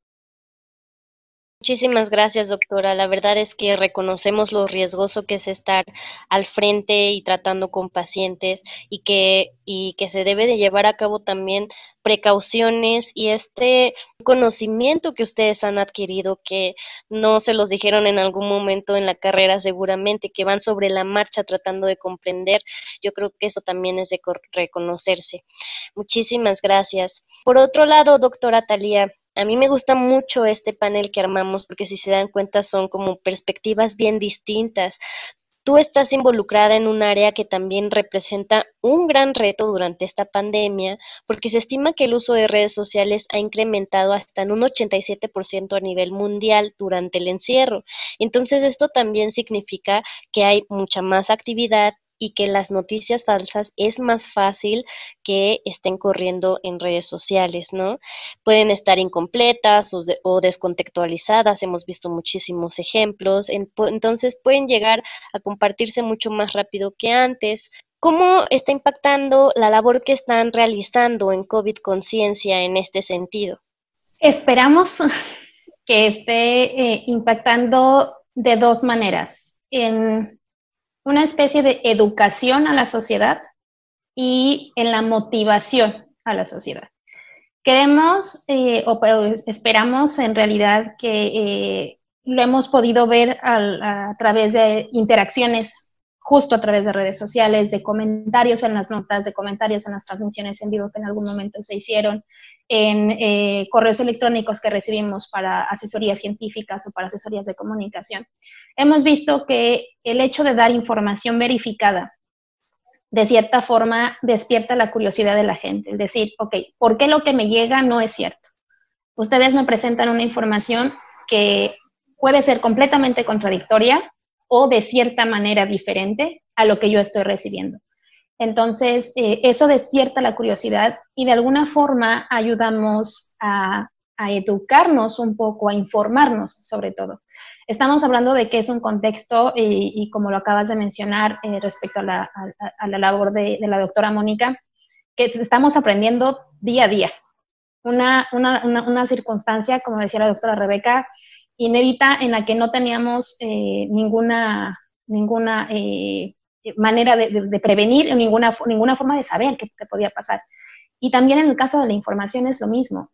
Muchísimas gracias, doctora. La verdad es que reconocemos lo riesgoso que es estar al frente y tratando con pacientes y que se debe de llevar a cabo también precauciones y este conocimiento que ustedes han adquirido, que no se los dijeron en algún momento en la carrera seguramente, que van sobre la marcha tratando de comprender. Yo creo que eso también es de reconocerse. Muchísimas gracias. Por otro lado, doctora Thalía, a mí me gusta mucho este panel que armamos porque si se dan cuenta son como perspectivas bien distintas. Tú estás involucrada en un área que también representa un gran reto durante esta pandemia porque se estima que el uso de redes sociales ha incrementado hasta en un 87% a nivel mundial durante el encierro. Entonces esto también significa que hay mucha más actividad y que las noticias falsas es más fácil que estén corriendo en redes sociales, ¿no? Pueden estar incompletas o descontextualizadas, hemos visto muchísimos ejemplos, entonces pueden llegar a compartirse mucho más rápido que antes. ¿Cómo está impactando la labor que están realizando en COVID Conciencia en este sentido? Esperamos que esté impactando de dos maneras, en una especie de educación a la sociedad y en la motivación a la sociedad. Queremos esperamos en realidad que lo hemos podido ver a través de interacciones, justo a través de redes sociales, de comentarios en las notas, de comentarios en las transmisiones en vivo que en algún momento se hicieron, en correos electrónicos que recibimos para asesorías científicas o para asesorías de comunicación. Hemos visto que el hecho de dar información verificada de cierta forma despierta la curiosidad de la gente. Es decir, ok, ¿por qué lo que me llega no es cierto? Ustedes me presentan una información que puede ser completamente contradictoria o de cierta manera diferente a lo que yo estoy recibiendo. Entonces, eso despierta la curiosidad y de alguna forma ayudamos a educarnos un poco, a informarnos sobre todo. Estamos hablando de que es un contexto y como lo acabas de mencionar respecto a la labor de la doctora Mónica, que estamos aprendiendo día a día. Una circunstancia, como decía la doctora Rebeca, inédita, en la que no teníamos ninguna manera de prevenir, ninguna forma de saber qué podía pasar. Y también en el caso de la información es lo mismo.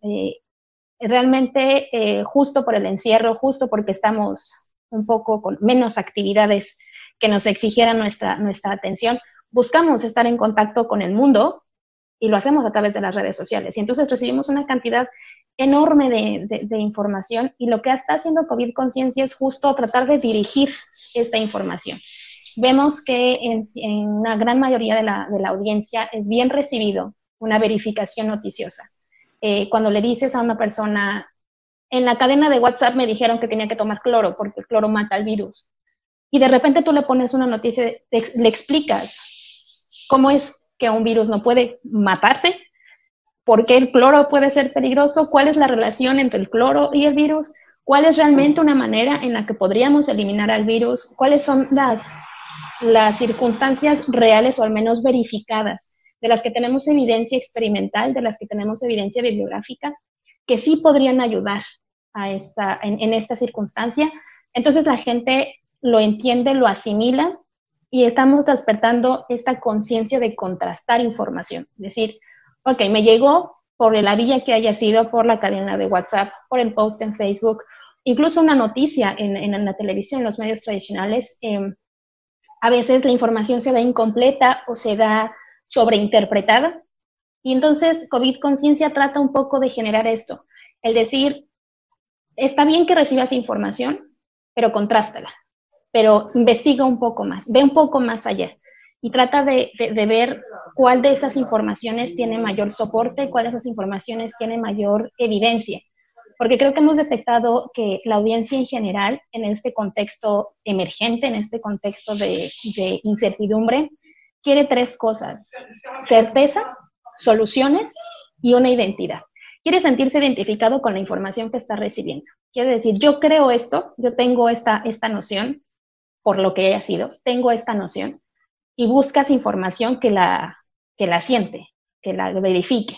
Realmente, justo por el encierro, justo porque estamos un poco con menos actividades que nos exigieran nuestra atención, buscamos estar en contacto con el mundo y lo hacemos a través de las redes sociales. Y entonces recibimos una cantidad enorme de información, y lo que está haciendo COVID Conciencia es justo tratar de dirigir esta información. Vemos que en una gran mayoría de la audiencia es bien recibido una verificación noticiosa. Cuando le dices a una persona, en la cadena de WhatsApp me dijeron que tenía que tomar cloro porque el cloro mata al virus, y de repente tú le pones una noticia, le explicas cómo es que un virus no puede matarse, por qué el cloro puede ser peligroso, cuál es la relación entre el cloro y el virus, cuál es realmente una manera en la que podríamos eliminar al virus, cuáles son las circunstancias reales o al menos verificadas, de las que tenemos evidencia experimental, de las que tenemos evidencia bibliográfica, que sí podrían ayudar en esta circunstancia. Entonces la gente lo entiende, lo asimila, y estamos despertando esta conciencia de contrastar información. Es decir, ok, me llegó por la vía que haya sido, por la cadena de WhatsApp, por el post en Facebook, incluso una noticia en la televisión, en los medios tradicionales. A veces la información se da incompleta o se da sobreinterpretada, y entonces COVID Conciencia trata un poco de generar esto, el decir, está bien que recibas información, pero contrástala, pero investiga un poco más, ve un poco más allá, y trata de ver cuál de esas informaciones tiene mayor soporte, cuál de esas informaciones tiene mayor evidencia. Porque creo que hemos detectado que la audiencia en general, en este contexto emergente, en este contexto de incertidumbre, quiere tres cosas: certeza, soluciones y una identidad. Quiere sentirse identificado con la información que está recibiendo. Quiere decir, yo creo esto, yo tengo esta noción, por lo que haya sido, tengo esta noción, y buscas información que la siente, que la verifique.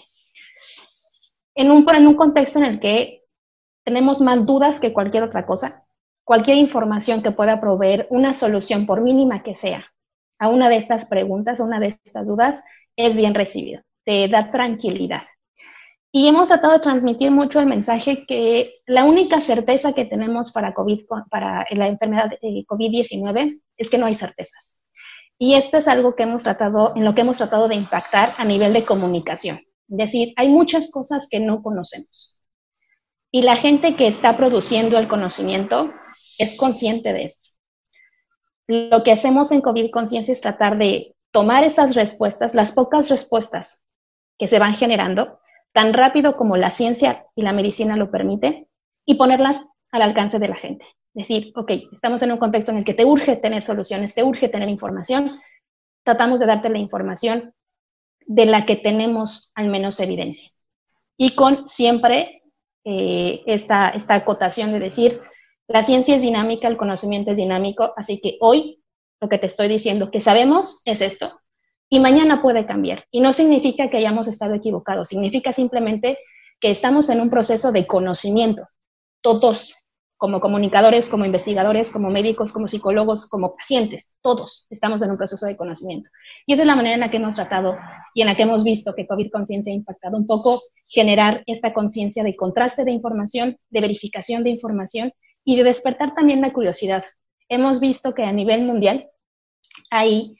En un contexto en el que tenemos más dudas que cualquier otra cosa, cualquier información que pueda proveer una solución, por mínima que sea, a una de estas preguntas, a una de estas dudas, es bien recibido, te da tranquilidad. Y hemos tratado de transmitir mucho el mensaje que la única certeza que tenemos para la enfermedad de COVID-19 es que no hay certezas. Y esto es algo en lo que hemos tratado de impactar a nivel de comunicación. Es decir, hay muchas cosas que no conocemos. Y la gente que está produciendo el conocimiento es consciente de esto. Lo que hacemos en COVID Conciencia es tratar de tomar esas respuestas, las pocas respuestas que se van generando, tan rápido como la ciencia y la medicina lo permiten, y ponerlas al alcance de la gente. Decir, ok, estamos en un contexto en el que te urge tener soluciones, te urge tener información, tratamos de darte la información de la que tenemos al menos evidencia. Y con siempre esta acotación de decir, la ciencia es dinámica, el conocimiento es dinámico, así que hoy lo que te estoy diciendo que sabemos es esto, y mañana puede cambiar. Y no significa que hayamos estado equivocados, significa simplemente que estamos en un proceso de conocimiento, todos, como comunicadores, como investigadores, como médicos, como psicólogos, como pacientes, todos estamos en un proceso de conocimiento. Y esa es la manera en la que hemos tratado y en la que hemos visto que COVID Conciencia ha impactado un poco, generar esta conciencia de contraste de información, de verificación de información y de despertar también la curiosidad. Hemos visto que a nivel mundial hay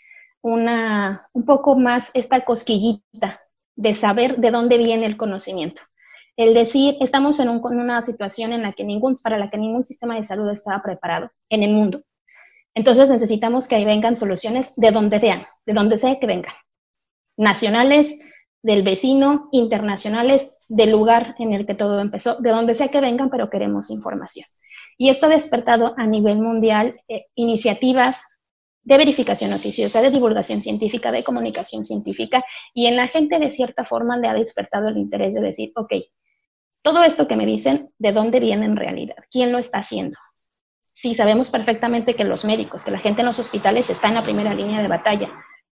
un poco más esta cosquillita de saber de dónde viene el conocimiento. El decir, estamos en una situación en la que para la que ningún sistema de salud estaba preparado en el mundo. Entonces necesitamos que ahí vengan soluciones de donde sea que vengan. Nacionales, del vecino, internacionales, del lugar en el que todo empezó, de donde sea que vengan, pero queremos información. Y esto ha despertado a nivel mundial iniciativas de verificación noticiosa, de divulgación científica, de comunicación científica, y en la gente de cierta forma le ha despertado el interés de decir, ok, todo esto que me dicen, ¿de dónde viene en realidad? ¿Quién lo está haciendo? Sí, sabemos perfectamente que los médicos, que la gente en los hospitales está en la primera línea de batalla, pero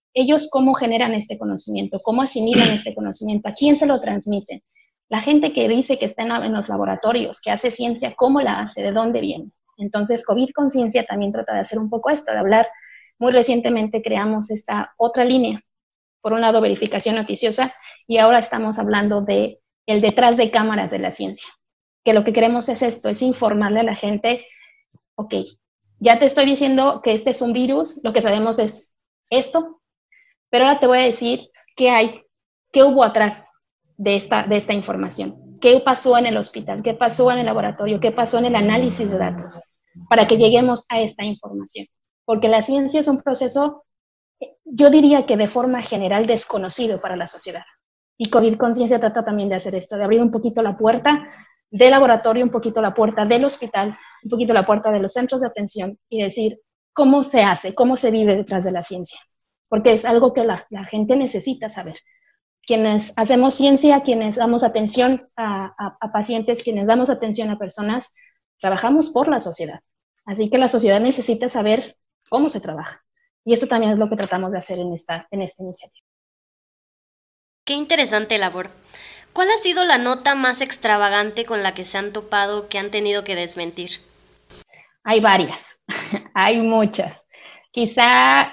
ellos cómo generan este conocimiento, cómo asimilan este conocimiento, a quién se lo transmiten. La gente que dice que está en los laboratorios, que hace ciencia, ¿cómo la hace? ¿De dónde viene? Entonces, COVID Conciencia también trata de hacer un poco esto, de hablar. Muy recientemente creamos esta otra línea, por un lado verificación noticiosa, y ahora estamos hablando de el detrás de cámaras de la ciencia, que lo que queremos es esto, es informarle a la gente, ok, ya te estoy diciendo que este es un virus, lo que sabemos es esto, pero ahora te voy a decir qué hay, qué hubo atrás de esta información, qué pasó en el hospital, qué pasó en el laboratorio, qué pasó en el análisis de datos, para que lleguemos a esta información. Porque la ciencia es un proceso, yo diría que de forma general desconocido para la sociedad. Y COVID Conciencia trata también de hacer esto, de abrir un poquito la puerta del laboratorio, un poquito la puerta del hospital, un poquito la puerta de los centros de atención y decir cómo se hace, cómo se vive detrás de la ciencia. Porque es algo que la gente necesita saber. Quienes hacemos ciencia, quienes damos atención a pacientes, quienes damos atención a personas, trabajamos por la sociedad. Así que la sociedad necesita saber cómo se trabaja. Y eso también es lo que tratamos de hacer en esta iniciativa. Qué interesante labor. ¿Cuál ha sido la nota más extravagante con la que se han topado, que han tenido que desmentir? Hay varias, hay muchas. Quizá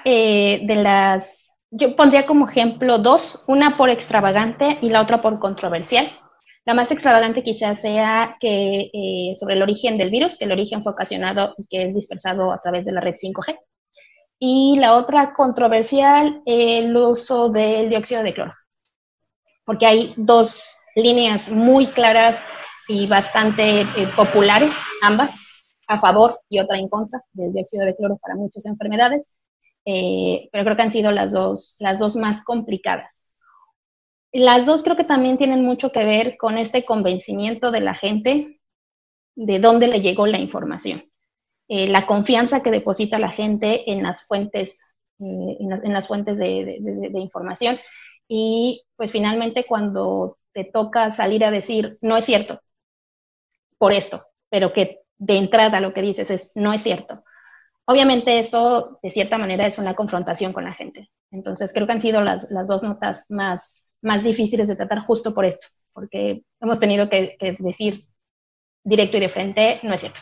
yo pondría como ejemplo dos, una por extravagante y la otra por controversial. La más extravagante quizás sea que sobre el origen del virus, que el origen fue ocasionado y que es dispersado a través de la red 5G. Y la otra controversial, el uso del dióxido de cloro. Porque hay dos líneas muy claras y bastante populares, ambas, a favor y otra en contra del dióxido de cloro para muchas enfermedades, pero creo que han sido las dos más complicadas. Las dos creo que también tienen mucho que ver con este convencimiento de la gente de dónde le llegó la información. La confianza que deposita la gente en las fuentes, en las fuentes de información, y pues finalmente cuando te toca salir a decir no es cierto por esto, pero que de entrada lo que dices es no es cierto. Obviamente eso de cierta manera es una confrontación con la gente. Entonces creo que han sido las dos notas más difíciles de tratar justo por esto, porque hemos tenido que decir directo y de frente no es cierto.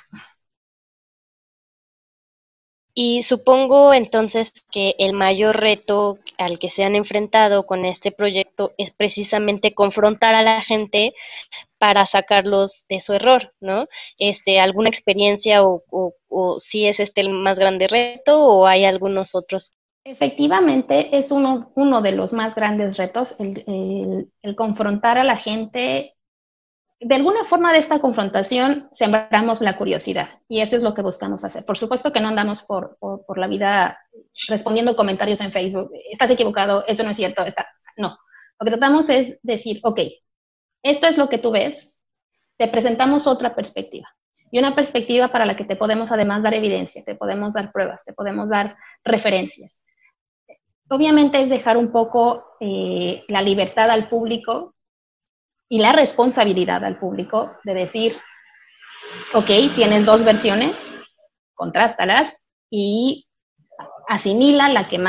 Y supongo entonces que el mayor reto al que se han enfrentado con este proyecto es precisamente confrontar a la gente para sacarlos de su error, ¿no? ¿Alguna experiencia o si es el más grande reto o hay algunos otros? Efectivamente, es uno de los más grandes retos, el confrontar a la gente. De alguna forma de esta confrontación sembramos la curiosidad y eso es lo que buscamos hacer. Por supuesto que no andamos por la vida respondiendo comentarios en Facebook, estás equivocado, esto no es cierto, no. Lo que tratamos es decir, ok, esto es lo que tú ves, te presentamos otra perspectiva y una perspectiva para la que te podemos además dar evidencia, te podemos dar pruebas, te podemos dar referencias. Obviamente es dejar un poco la libertad al público y la responsabilidad al público de decir, ok, tienes dos versiones, contrástalas y asimila la que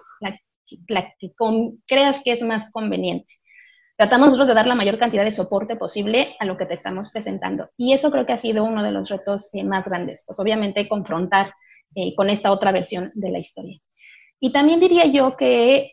creas que es más conveniente. Tratamos nosotros de dar la mayor cantidad de soporte posible a lo que te estamos presentando. Y eso creo que ha sido uno de los retos más grandes, pues obviamente confrontar con esta otra versión de la historia. Y también diría yo que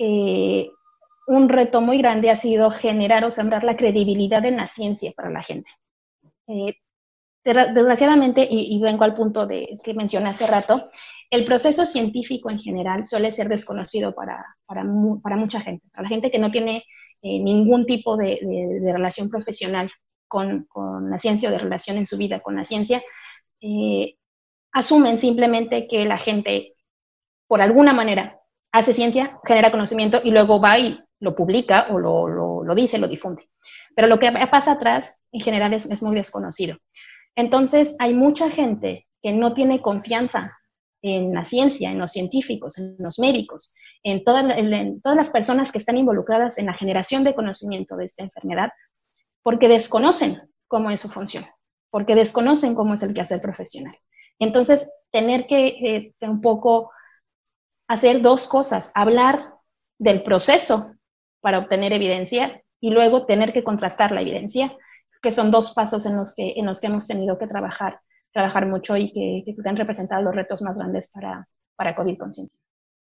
un reto muy grande ha sido generar o sembrar la credibilidad en la ciencia para la gente. Desgraciadamente, y vengo al punto que mencioné hace rato, el proceso científico en general suele ser desconocido para mucha gente. Para la gente que no tiene ningún tipo de relación profesional con la ciencia o de relación en su vida con la ciencia, asumen simplemente que la gente, por alguna manera, hace ciencia, genera conocimiento y luego va y lo publica o lo dice, lo difunde. Pero lo que pasa atrás, en general, es muy desconocido. Entonces, hay mucha gente que no tiene confianza en la ciencia, en los científicos, en los médicos, en todas las personas que están involucradas en la generación de conocimiento de esta enfermedad, porque desconocen cómo es su función, porque desconocen cómo es el quehacer profesional. Entonces, tener que un poco hacer dos cosas: hablar del proceso para obtener evidencia y luego tener que contrastar la evidencia, que son dos pasos en los que hemos tenido que trabajar mucho y que han representado los retos más grandes para COVID Conciencia.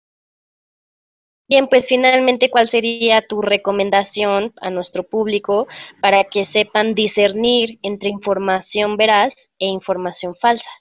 Bien, pues finalmente, ¿cuál sería tu recomendación a nuestro público para que sepan discernir entre información veraz e información falsa?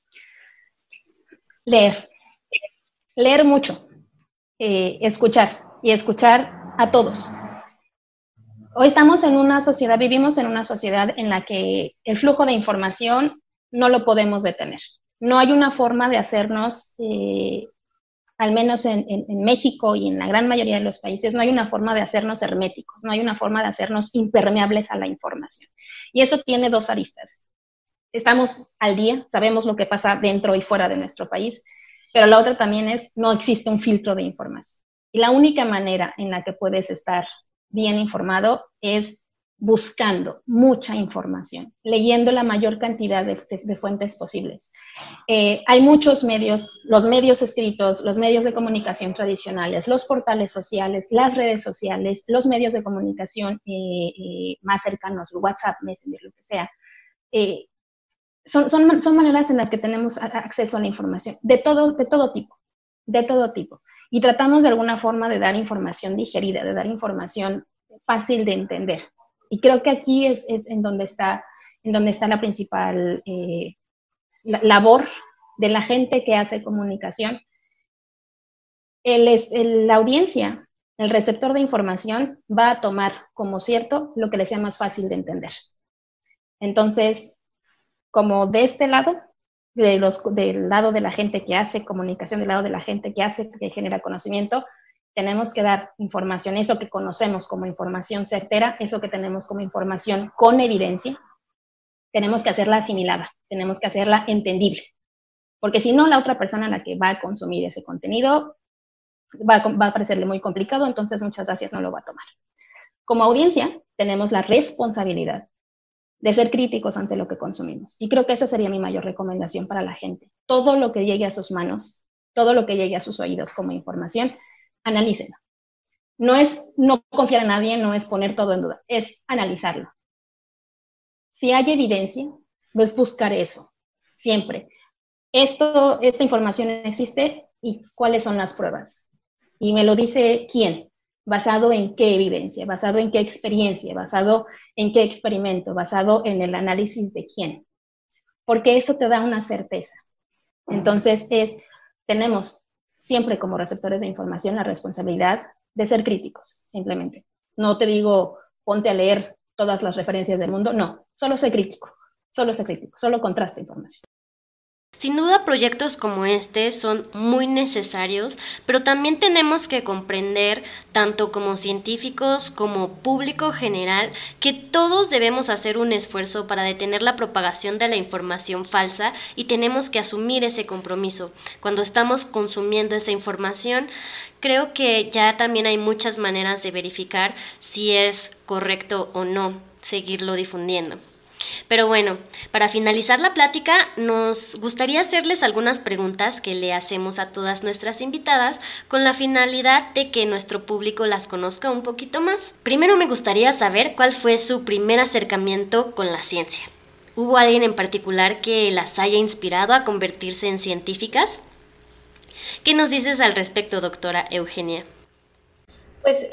Leer mucho, escuchar a todos. Hoy vivimos en una sociedad en la que el flujo de información no lo podemos detener. No hay una forma de hacernos, al menos en México y en la gran mayoría de los países, no hay una forma de hacernos herméticos, no hay una forma de hacernos impermeables a la información. Y eso tiene dos aristas. Estamos al día, sabemos lo que pasa dentro y fuera de nuestro país, pero la otra también es, no existe un filtro de información. Y la única manera en la que puedes estar bien informado es buscando mucha información, leyendo la mayor cantidad de fuentes posibles. Hay muchos medios, los medios escritos, los medios de comunicación tradicionales, los portales sociales, las redes sociales, los medios de comunicación más cercanos, WhatsApp, Messenger, lo que sea. Son maneras en las que tenemos acceso a la información, de todo tipo. Y tratamos de alguna forma de dar información digerida, de dar información fácil de entender. Y creo que aquí es en donde está la principal labor de la gente que hace comunicación. La audiencia, el receptor de información, va a tomar como cierto lo que le sea más fácil de entender. Entonces, como de este lado, del lado de la gente que hace comunicación, del lado de la gente que genera conocimiento, tenemos que dar información, eso que conocemos como información certera, eso que tenemos como información con evidencia, tenemos que hacerla asimilada, tenemos que hacerla entendible, porque si no, la otra persona a la que va a consumir ese contenido va a parecerle muy complicado, entonces muchas gracias, no lo va a tomar. Como audiencia, tenemos la responsabilidad de ser críticos ante lo que consumimos, y creo que esa sería mi mayor recomendación para la gente. Todo lo que llegue a sus manos, todo lo que llegue a sus oídos como información, analícenlo. No es no confiar en nadie, no es poner todo en duda, es analizarlo. Si hay evidencia, pues buscar eso, siempre. Esta información existe y cuáles son las pruebas. Y me lo dice quién, basado en qué evidencia, basado en qué experiencia, basado en qué experimento, basado en el análisis de quién. Porque eso te da una certeza. Entonces tenemos siempre como receptores de información la responsabilidad de ser críticos, simplemente. No te digo, ponte a leer todas las referencias del mundo, no, solo sé crítico, solo contrasta información. Sin duda, proyectos como este son muy necesarios, pero también tenemos que comprender, tanto como científicos como público general, que todos debemos hacer un esfuerzo para detener la propagación de la información falsa y tenemos que asumir ese compromiso. Cuando estamos consumiendo esa información, creo que ya también hay muchas maneras de verificar si es correcto o no seguirlo difundiendo. Pero bueno, para finalizar la plática, nos gustaría hacerles algunas preguntas que le hacemos a todas nuestras invitadas con la finalidad de que nuestro público las conozca un poquito más. Primero me gustaría saber cuál fue su primer acercamiento con la ciencia. ¿Hubo alguien en particular que las haya inspirado a convertirse en científicas? ¿Qué nos dices al respecto, doctora Eugenia? Pues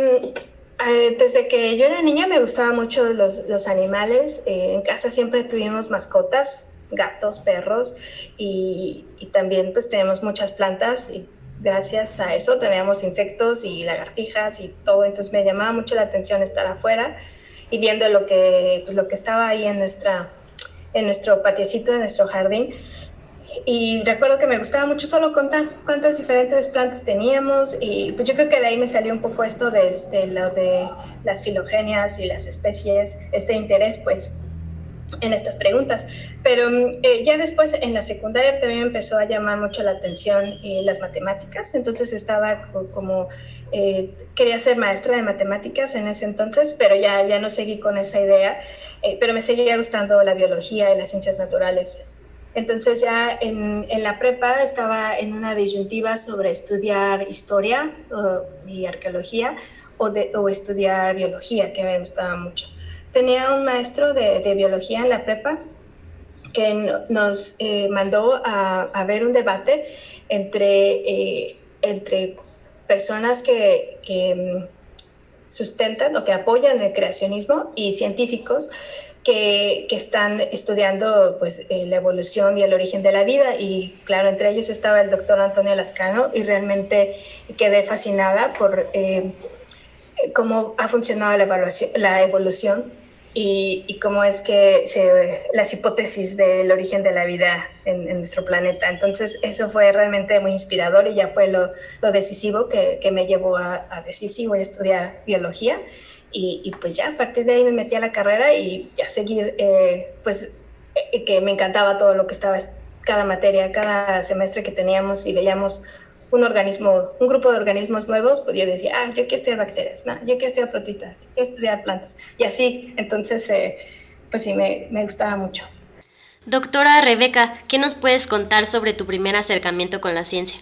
desde que yo era niña me gustaban mucho los animales. En casa siempre tuvimos mascotas, gatos, perros, y también pues tenemos muchas plantas, y gracias a eso teníamos insectos y lagartijas y todo. Entonces me llamaba mucho la atención estar afuera y viendo lo que estaba ahí en nuestro patiecito, en nuestro jardín. Y recuerdo que me gustaba mucho solo contar cuántas diferentes plantas teníamos, y pues yo creo que de ahí me salió un poco esto de lo de las filogenias y las especies, este interés pues en estas preguntas. Pero ya después en la secundaria también me empezó a llamar mucho la atención las matemáticas. Entonces estaba quería ser maestra de matemáticas en ese entonces, pero ya no seguí con esa idea, pero me seguía gustando la biología y las ciencias naturales. Entonces ya en la prepa estaba en una disyuntiva sobre estudiar historia y arqueología o estudiar biología, que me gustaba mucho. Tenía un maestro de biología en la prepa que nos mandó a ver un debate entre personas que sustentan o que apoyan el creacionismo y científicos que están estudiando pues, la evolución y el origen de la vida. Y claro, entre ellos estaba el doctor Antonio Lascano, y realmente quedé fascinada por cómo ha funcionado la evolución y cómo es que las hipótesis del origen de la vida en nuestro planeta. Entonces eso fue realmente muy inspirador y ya fue lo decisivo que me llevó a decir sí, voy a estudiar biología. Y pues ya a partir de ahí me metí a la carrera y ya seguir, que me encantaba todo lo que estaba, cada materia, cada semestre que teníamos y veíamos un grupo de organismos nuevos, pues yo decía, yo quiero estudiar bacterias, no, yo quiero estudiar protistas, yo quiero estudiar plantas, y así. Entonces, pues sí, me gustaba mucho. Doctora Rebeca, ¿qué nos puedes contar sobre tu primer acercamiento con la ciencia?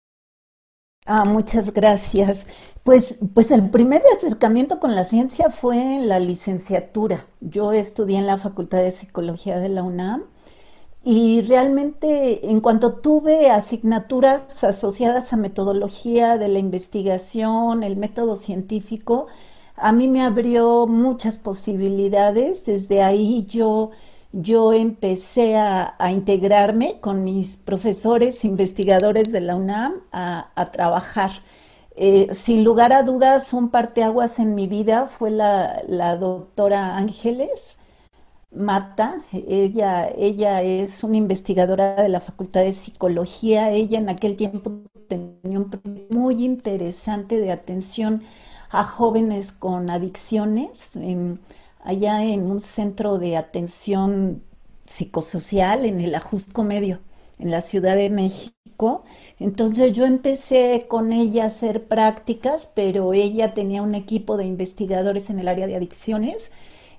Muchas gracias. Pues el primer acercamiento con la ciencia fue en la licenciatura. Yo estudié en la Facultad de Psicología de la UNAM. Y realmente, en cuanto tuve asignaturas asociadas a metodología de la investigación, el método científico, a mí me abrió muchas posibilidades. Desde ahí yo empecé a integrarme con mis profesores investigadores de la UNAM a trabajar. Sin lugar a dudas, un parteaguas en mi vida fue la doctora Ángeles Mata. Ella es una investigadora de la Facultad de Psicología. Ella en aquel tiempo tenía un proyecto muy interesante de atención a jóvenes con adicciones, allá en un centro de atención psicosocial en el Ajusco Medio, en la Ciudad de México. Entonces yo empecé con ella a hacer prácticas, pero ella tenía un equipo de investigadores en el área de adicciones.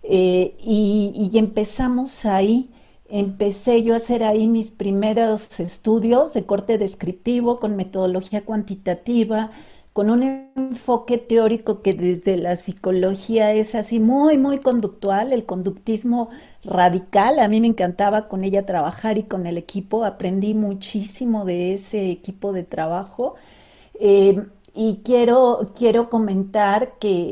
Y empezamos ahí, empecé yo a hacer ahí mis primeros estudios de corte descriptivo con metodología cuantitativa, con un enfoque teórico que desde la psicología es así muy, muy conductual, el conductismo radical. A mí me encantaba con ella trabajar y con el equipo, aprendí muchísimo de ese equipo de trabajo. Eh, y quiero comentar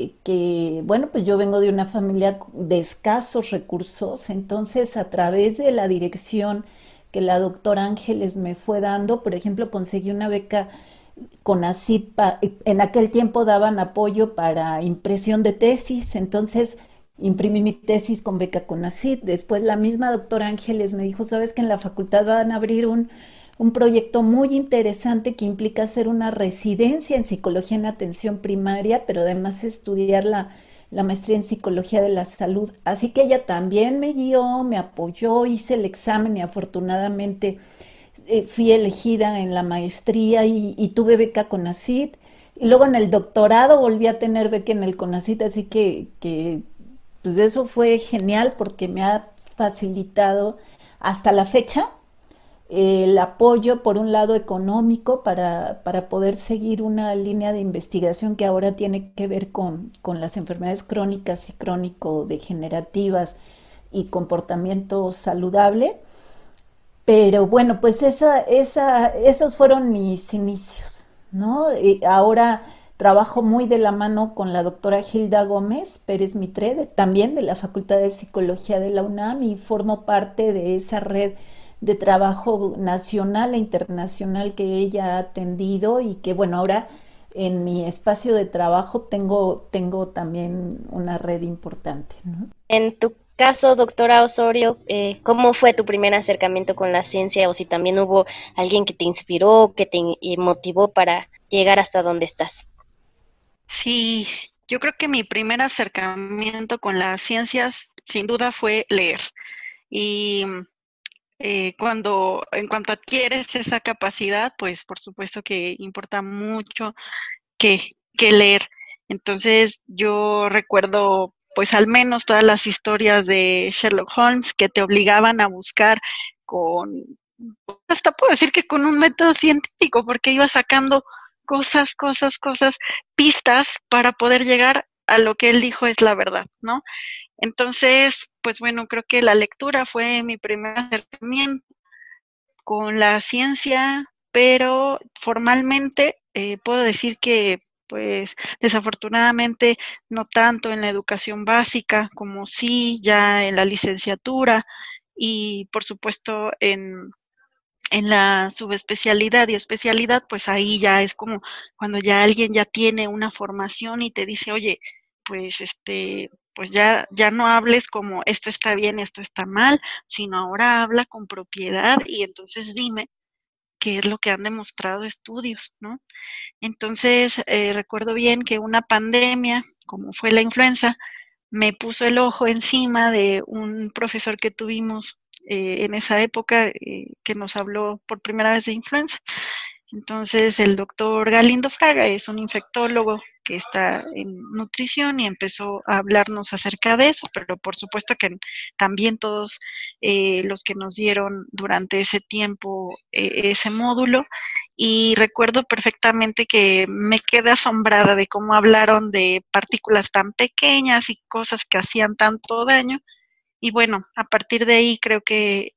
bueno, pues yo vengo de una familia de escasos recursos. Entonces a través de la dirección que la doctora Ángeles me fue dando, por ejemplo, conseguí una beca CONACYT. En aquel tiempo daban apoyo para impresión de tesis, entonces imprimí mi tesis con beca CONACYT. Después la misma doctora Ángeles me dijo, sabes que en la facultad van a abrir un proyecto muy interesante que implica hacer una residencia en psicología en atención primaria, pero además estudiar la maestría en psicología de la salud. Así que ella también me guió, me apoyó, hice el examen y afortunadamente fui elegida en la maestría y tuve beca CONACYT. Y luego en el doctorado volví a tener beca en el CONACYT, así que pues eso fue genial porque me ha facilitado hasta la fecha el apoyo, por un lado económico, para poder seguir una línea de investigación que ahora tiene que ver con las enfermedades crónicas y crónico-degenerativas y comportamiento saludable. Pero bueno, pues esos fueron mis inicios, ¿no? Ahora trabajo muy de la mano con la doctora Hilda Gómez Pérez Mitre, también de la Facultad de Psicología de la UNAM, y formo parte de esa red de trabajo nacional e internacional que ella ha atendido, y que bueno, ahora en mi espacio de trabajo tengo también una red importante, ¿no? En tu caso, doctora Osorio, ¿cómo fue tu primer acercamiento con la ciencia, o si también hubo alguien que te inspiró, que te motivó para llegar hasta donde estás? Sí, yo creo que mi primer acercamiento con las ciencias sin duda fue leer. Y en cuanto adquieres esa capacidad, pues por supuesto que importa mucho que leer. Entonces yo recuerdo pues al menos todas las historias de Sherlock Holmes que te obligaban a buscar hasta puedo decir que con un método científico, porque iba sacando cosas, pistas para poder llegar a lo que él dijo es la verdad, ¿no? Entonces, pues bueno, creo que la lectura fue mi primer acercamiento con la ciencia, pero formalmente puedo decir que pues desafortunadamente no tanto en la educación básica como sí ya en la licenciatura y por supuesto en la subespecialidad y especialidad, pues ahí ya es como cuando ya alguien ya tiene una formación y te dice, oye, pues pues ya no hables como esto está bien, esto está mal, sino ahora habla con propiedad y entonces dime qué es lo que han demostrado estudios, ¿no? Entonces, recuerdo bien que una pandemia, como fue la influenza, me puso el ojo encima de un profesor que tuvimos en esa época que nos habló por primera vez de influenza. Entonces, el doctor Galindo Fraga es un infectólogo que está en nutrición y empezó a hablarnos acerca de eso, pero por supuesto que también todos los que nos dieron durante ese tiempo ese módulo. Y recuerdo perfectamente que me quedé asombrada de cómo hablaron de partículas tan pequeñas y cosas que hacían tanto daño. Y bueno, a partir de ahí creo que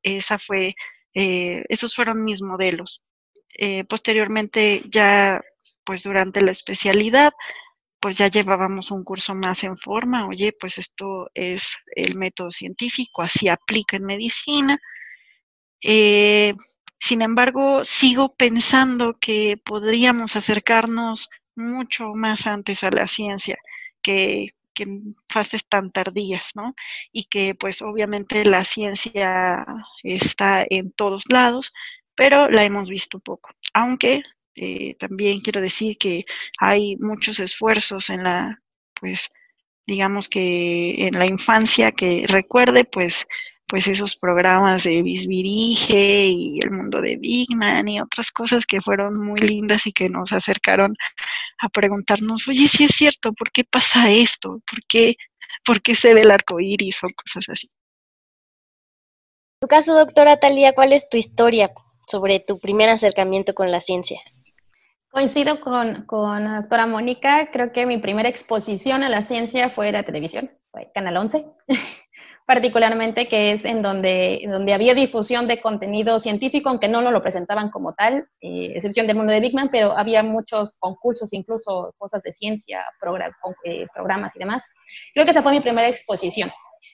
esos fueron mis modelos. Posteriormente ya, pues durante la especialidad, pues ya llevábamos un curso más en forma, oye, pues esto es el método científico, así aplica en medicina. Eh, Sin embargo, sigo pensando que podríamos acercarnos mucho más antes a la ciencia que en fases tan tardías, ¿no? Y que pues obviamente la ciencia está en todos lados, pero la hemos visto poco. Aunque también quiero decir que hay muchos esfuerzos pues digamos que en la infancia que recuerde, pues esos programas de Bisbirige y el mundo de Big Man y otras cosas que fueron muy lindas y que nos acercaron a preguntarnos, oye, sí es cierto, ¿por qué pasa esto? ¿Por qué se ve el arco iris o cosas así? En tu caso, doctora Talía, ¿cuál es tu historia sobre tu primer acercamiento con la ciencia? Coincido con la doctora Mónica, creo que mi primera exposición a la ciencia fue la televisión, fue Canal 11, particularmente que es en donde había difusión de contenido científico, aunque no nos lo presentaban como tal, excepción del mundo de Big Man, pero había muchos concursos, incluso cosas de ciencia, programas y demás. Creo que esa fue mi primera exposición,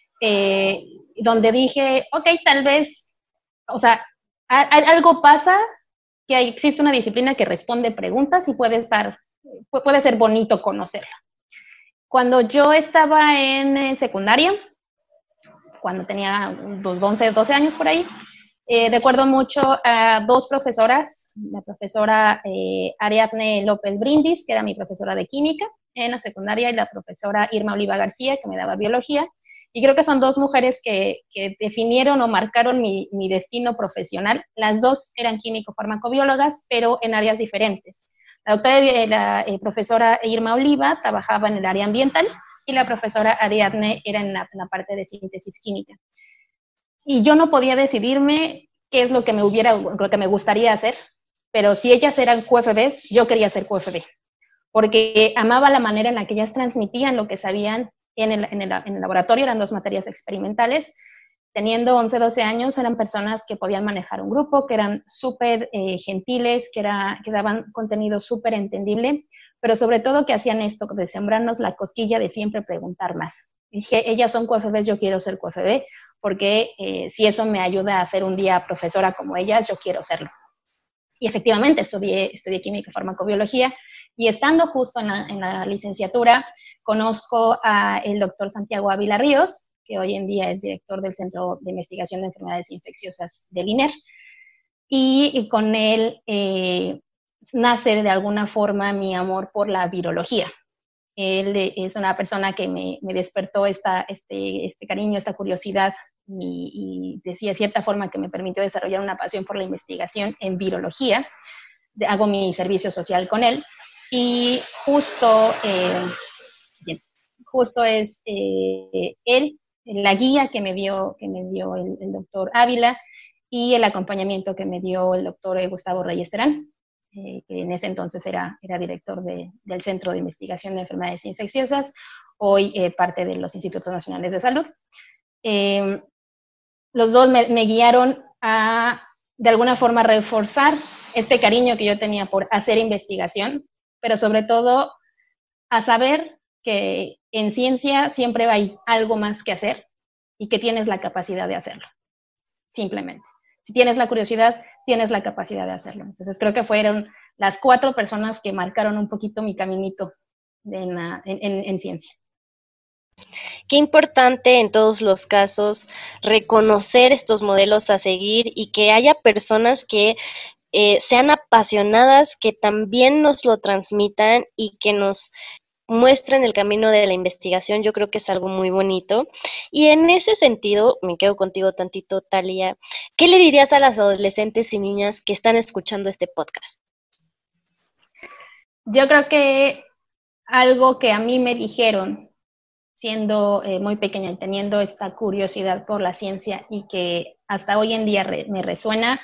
donde dije, ok, tal vez, o sea, algo pasa, que existe una disciplina que responde preguntas y puede ser bonito conocerla. Cuando yo estaba en secundaria, cuando tenía unos 11, 12 años por ahí, recuerdo mucho a dos profesoras, la profesora Ariadne López Brindis, que era mi profesora de química en la secundaria, y la profesora Irma Oliva García, que me daba biología. Y creo que son dos mujeres que definieron o marcaron mi destino profesional. Las dos eran químico-farmacobiólogas, pero en áreas diferentes. La profesora Irma Oliva trabajaba en el área ambiental y la profesora Ariadne era en la parte de síntesis química. Y yo no podía decidirme qué es lo que me gustaría hacer, pero si ellas eran QFBs, yo quería ser QFB, porque amaba la manera en la que ellas transmitían lo que sabían en el laboratorio. Eran dos materias experimentales. Teniendo 11, 12 años, eran personas que podían manejar un grupo, que eran súper gentiles, que daban contenido súper entendible, pero sobre todo que hacían esto, de sembrarnos la cosquilla de siempre preguntar más. Dije, ellas son QFBs, yo quiero ser QFB, porque si eso me ayuda a ser un día profesora como ellas, yo quiero serlo. Y efectivamente estudié química y farmacobiología, y estando justo en la licenciatura, conozco al doctor Santiago Ávila Ríos, que hoy en día es director del Centro de Investigación de Enfermedades Infecciosas del INER, y con él nace de alguna forma mi amor por la virología. Él es una persona que me despertó este cariño, esta curiosidad, y de cierta forma que me permitió desarrollar una pasión por la investigación en virología. Hago mi servicio social con él, y justo es él la guía que me dio el doctor Ávila, y el acompañamiento que me dio el doctor Gustavo Reyes Terán, que en ese entonces era director del Centro de Investigación de Enfermedades Infecciosas, hoy parte de los Institutos Nacionales de Salud. Los dos me guiaron a, de alguna forma, reforzar este cariño que yo tenía por hacer investigación, pero sobre todo a saber que en ciencia siempre hay algo más que hacer y que tienes la capacidad de hacerlo, simplemente. Si tienes la curiosidad, tienes la capacidad de hacerlo. Entonces creo que fueron las 4 personas que marcaron un poquito mi caminito en ciencia. Qué importante en todos los casos reconocer estos modelos a seguir y que haya personas que sean apasionadas, que también nos lo transmitan y que nos muestren el camino de la investigación. Yo creo que es algo muy bonito. Y en ese sentido, me quedo contigo tantito, Thalia, ¿qué le dirías a las adolescentes y niñas que están escuchando este podcast? Yo creo que algo que a mí me dijeron siendo muy pequeña y teniendo esta curiosidad por la ciencia y que hasta hoy en día me resuena,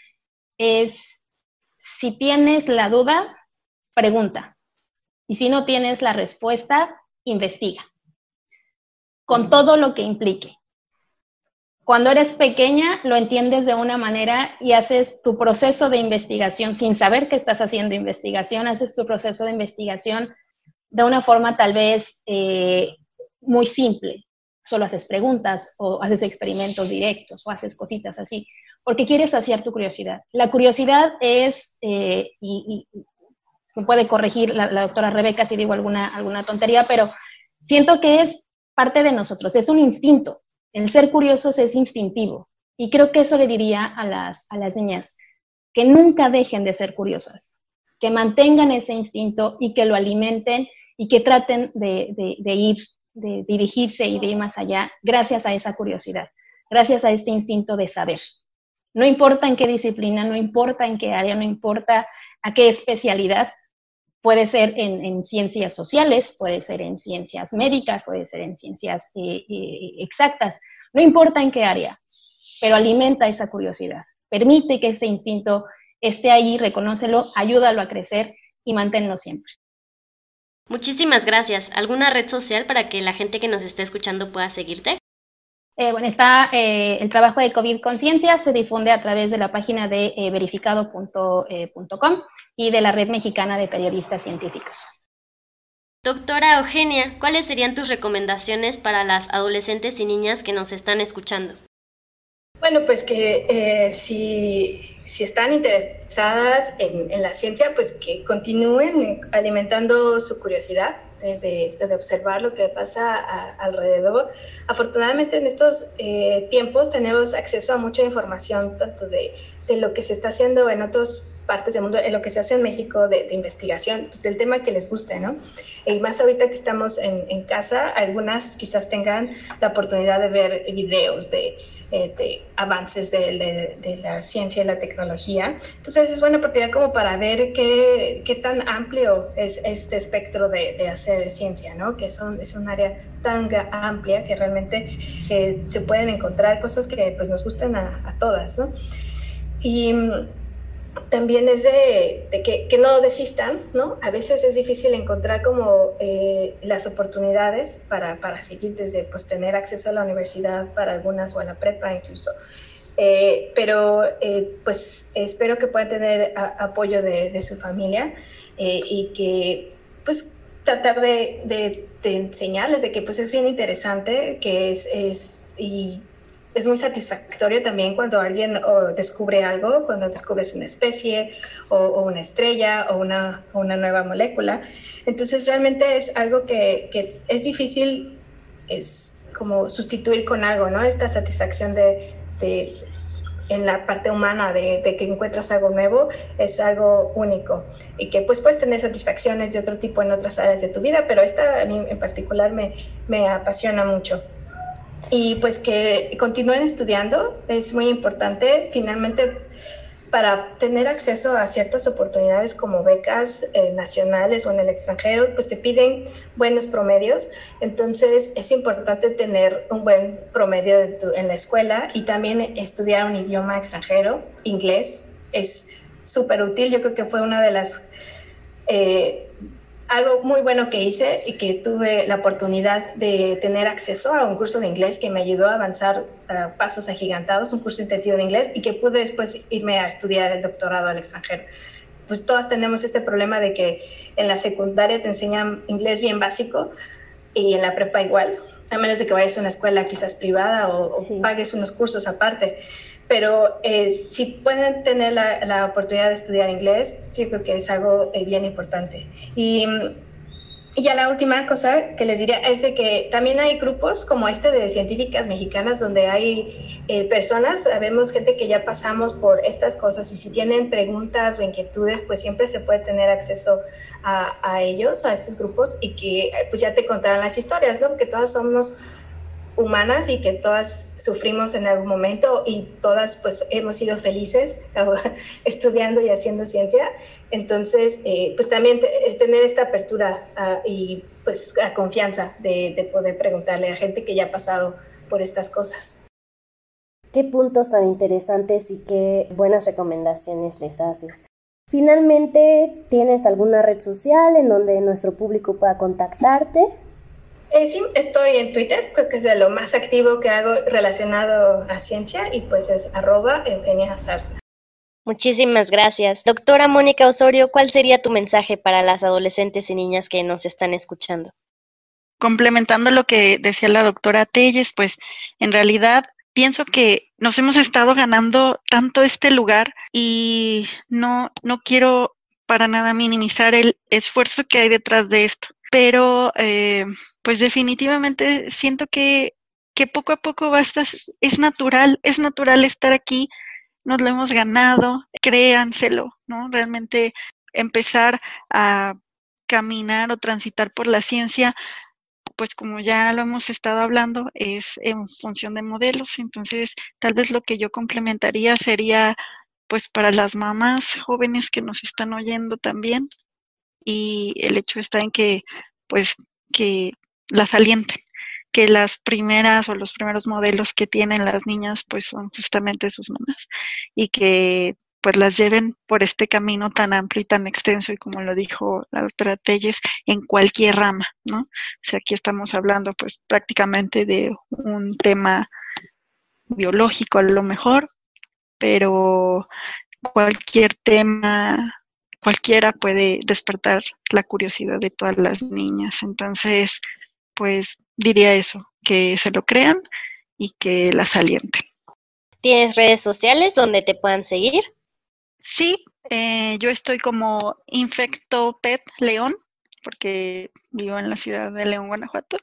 es: si tienes la duda, pregunta. Y si no tienes la respuesta, investiga. Con todo lo que implique. Cuando eres pequeña, lo entiendes de una manera y haces tu proceso de investigación sin saber que estás haciendo investigación, haces tu proceso de investigación de una forma tal vez muy simple. Solo haces preguntas o haces experimentos directos o haces cositas así, porque quieres saciar tu curiosidad. La curiosidad es, y me puede corregir la doctora Rebeca si digo alguna tontería, pero siento que es parte de nosotros, es un instinto. El ser curiosos es instintivo. Y creo que eso le diría a las niñas, que nunca dejen de ser curiosas, que mantengan ese instinto y que lo alimenten y que traten de dirigirse y de ir más allá gracias a esa curiosidad, gracias a este instinto de saber. No importa en qué disciplina, no importa en qué área, no importa a qué especialidad, puede ser en ciencias sociales, puede ser en ciencias médicas, puede ser en ciencias exactas, no importa en qué área, pero alimenta esa curiosidad. Permite que ese instinto esté ahí, reconócelo, ayúdalo a crecer y manténlo siempre. Muchísimas gracias. ¿Alguna red social para que la gente que nos esté escuchando pueda seguirte? Bueno, está el trabajo de COVID Conciencia, se difunde a través de la página de verificado.com y de la Red Mexicana de Periodistas Científicos. Doctora Eugenia, ¿cuáles serían tus recomendaciones para las adolescentes y niñas que nos están escuchando? Bueno, pues que si están interesadas en la ciencia, pues que continúen alimentando su curiosidad de observar lo que pasa alrededor. Afortunadamente en estos tiempos tenemos acceso a mucha información, tanto de lo que se está haciendo en otras partes del mundo, en lo que se hace en México de investigación, pues del tema que les guste, ¿no? Y más ahorita que estamos en casa, algunas quizás tengan la oportunidad de ver videos de avances de la ciencia y la tecnología. Entonces es buena oportunidad como para ver qué tan amplio es este espectro de hacer ciencia, ¿no? Que es un área tan amplia que realmente se pueden encontrar cosas que pues nos gustan a todas, ¿no? Y también es de que no desistan, ¿no? A veces es difícil encontrar como las oportunidades para seguir desde pues tener acceso a la universidad para algunas o a la prepa incluso. Pero pues espero que puedan tener apoyo de su familia y que pues tratar de enseñarles de que pues es bien interesante, que es muy satisfactorio también cuando alguien descubre algo, cuando descubres una especie o una estrella o una nueva molécula. Entonces realmente es algo que es difícil, es como sustituir con algo, ¿no? Esta satisfacción en la parte humana de que encuentras algo nuevo es algo único y que pues puedes tener satisfacciones de otro tipo en otras áreas de tu vida, pero esta a mí en particular me apasiona mucho. Y pues que continúen estudiando, es muy importante. Finalmente para tener acceso a ciertas oportunidades como becas nacionales o en el extranjero, pues te piden buenos promedios. Entonces es importante tener un buen promedio en la escuela y también estudiar un idioma extranjero, inglés. Es súper útil. Yo creo que fue una de las... algo muy bueno que hice y que tuve la oportunidad de tener acceso a un curso de inglés que me ayudó a avanzar a pasos agigantados, un curso intensivo de inglés, y que pude después irme a estudiar el doctorado al extranjero. Pues todas tenemos este problema de que en la secundaria te enseñan inglés bien básico y en la prepa igual, a menos de que vayas a una escuela quizás privada o pagues unos cursos aparte. Pero si pueden tener la oportunidad de estudiar inglés, sí creo que es algo bien importante. Y ya la última cosa que les diría es de que también hay grupos como este de científicas mexicanas donde hay personas, sabemos gente que ya pasamos por estas cosas, y si tienen preguntas o inquietudes, pues siempre se puede tener acceso a ellos, a estos grupos, y que pues ya te contarán las historias, ¿no? Porque todas somos humanas y que todas sufrimos en algún momento y todas pues hemos sido felices estudiando y haciendo ciencia. Entonces pues también tener esta apertura y pues la confianza de poder preguntarle a gente que ya ha pasado por estas cosas. Qué puntos tan interesantes y qué buenas recomendaciones les haces. Finalmente, ¿tienes alguna red social en donde nuestro público pueda contactarte? Sí, estoy en Twitter, creo que es de lo más activo que hago relacionado a ciencia, y pues es @EugeniaZarza. Muchísimas gracias. Doctora Mónica Osorio, ¿cuál sería tu mensaje para las adolescentes y niñas que nos están escuchando? Complementando lo que decía la doctora Telles, pues en realidad pienso que nos hemos estado ganando tanto este lugar y no quiero para nada minimizar el esfuerzo que hay detrás de esto, pero pues definitivamente siento que poco a poco es natural estar aquí, nos lo hemos ganado, créanselo, ¿no? Realmente empezar a caminar o transitar por la ciencia, pues como ya lo hemos estado hablando, es en función de modelos. Entonces tal vez lo que yo complementaría sería pues para las mamás jóvenes que nos están oyendo también, y el hecho está en que pues que las alienten, que las primeras o los primeros modelos que tienen las niñas pues son justamente sus mamás, y que pues las lleven por este camino tan amplio y tan extenso, y como lo dijo la doctora Telles, en cualquier rama, ¿no? O sea, aquí estamos hablando pues prácticamente de un tema biológico a lo mejor, pero cualquier tema, cualquiera puede despertar la curiosidad de todas las niñas. Entonces, pues diría eso, que se lo crean y que las alienten. ¿Tienes redes sociales donde te puedan seguir? Sí, yo estoy como InfectoPet León, porque vivo en la ciudad de León, Guanajuato,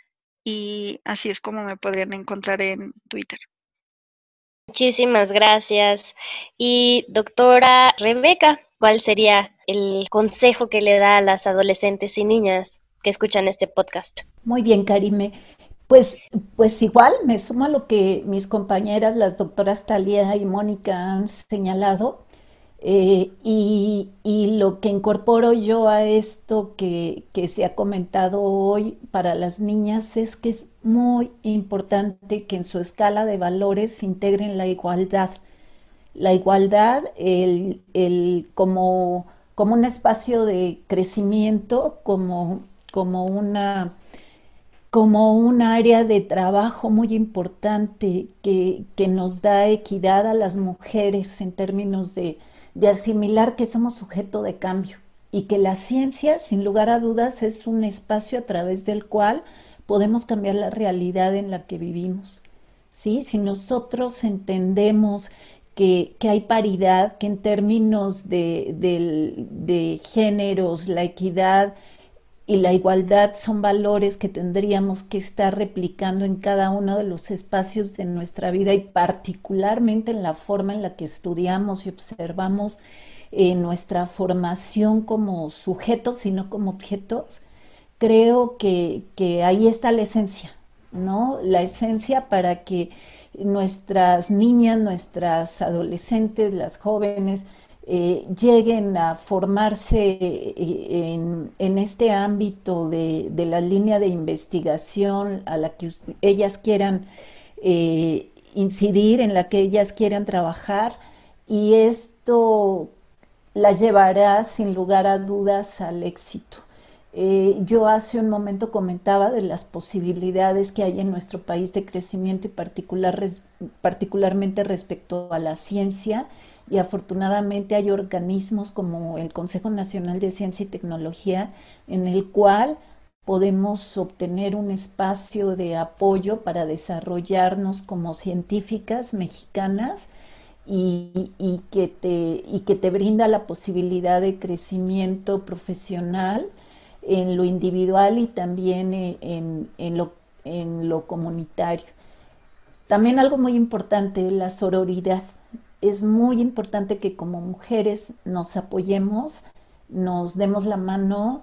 y así es como me podrían encontrar en Twitter. Muchísimas gracias. Y doctora Rebeca, ¿cuál sería el consejo que le da a las adolescentes y niñas que escuchan este podcast? Muy bien, Karime. Pues igual me sumo a lo que mis compañeras, las doctoras Talía y Mónica, han señalado. Y lo que incorporo yo a esto que se ha comentado hoy para las niñas es que es muy importante que en su escala de valores integren la igualdad. La igualdad como un espacio de crecimiento, como un área de trabajo muy importante que nos da equidad a las mujeres en términos de asimilar que somos sujeto de cambio, y que la ciencia, sin lugar a dudas, es un espacio a través del cual podemos cambiar la realidad en la que vivimos, ¿sí? Si nosotros entendemos que hay paridad, que en términos de géneros, la equidad y la igualdad son valores que tendríamos que estar replicando en cada uno de los espacios de nuestra vida, y particularmente en la forma en la que estudiamos y observamos nuestra formación como sujetos y no como objetos. Creo que ahí está la esencia, ¿no? La esencia para que nuestras niñas, nuestras adolescentes, las jóvenes, lleguen a formarse en este ámbito de la línea de investigación a la que ellas quieran incidir, en la que ellas quieran trabajar, y esto la llevará sin lugar a dudas al éxito. Yo hace un momento comentaba de las posibilidades que hay en nuestro país de crecimiento y particularmente respecto a la ciencia, y afortunadamente hay organismos como el Consejo Nacional de Ciencia y Tecnología en el cual podemos obtener un espacio de apoyo para desarrollarnos como científicas mexicanas y que te brinda la posibilidad de crecimiento profesional en lo individual y también en lo comunitario. También algo muy importante, la sororidad. Es muy importante que como mujeres nos apoyemos, nos demos la mano,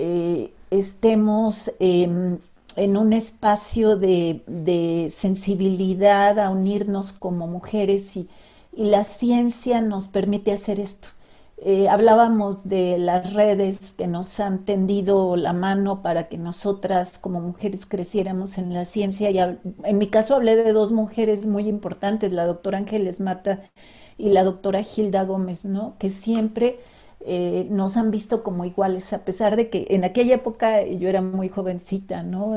estemos en un espacio de sensibilidad a unirnos como mujeres, y la ciencia nos permite hacer esto. Hablábamos de las redes que nos han tendido la mano para que nosotras como mujeres creciéramos en la ciencia, y en mi caso hablé de dos mujeres muy importantes, la doctora Ángeles Mata y la doctora Hilda Gómez, ¿no? Que siempre nos han visto como iguales, a pesar de que en aquella época yo era muy jovencita, ¿no?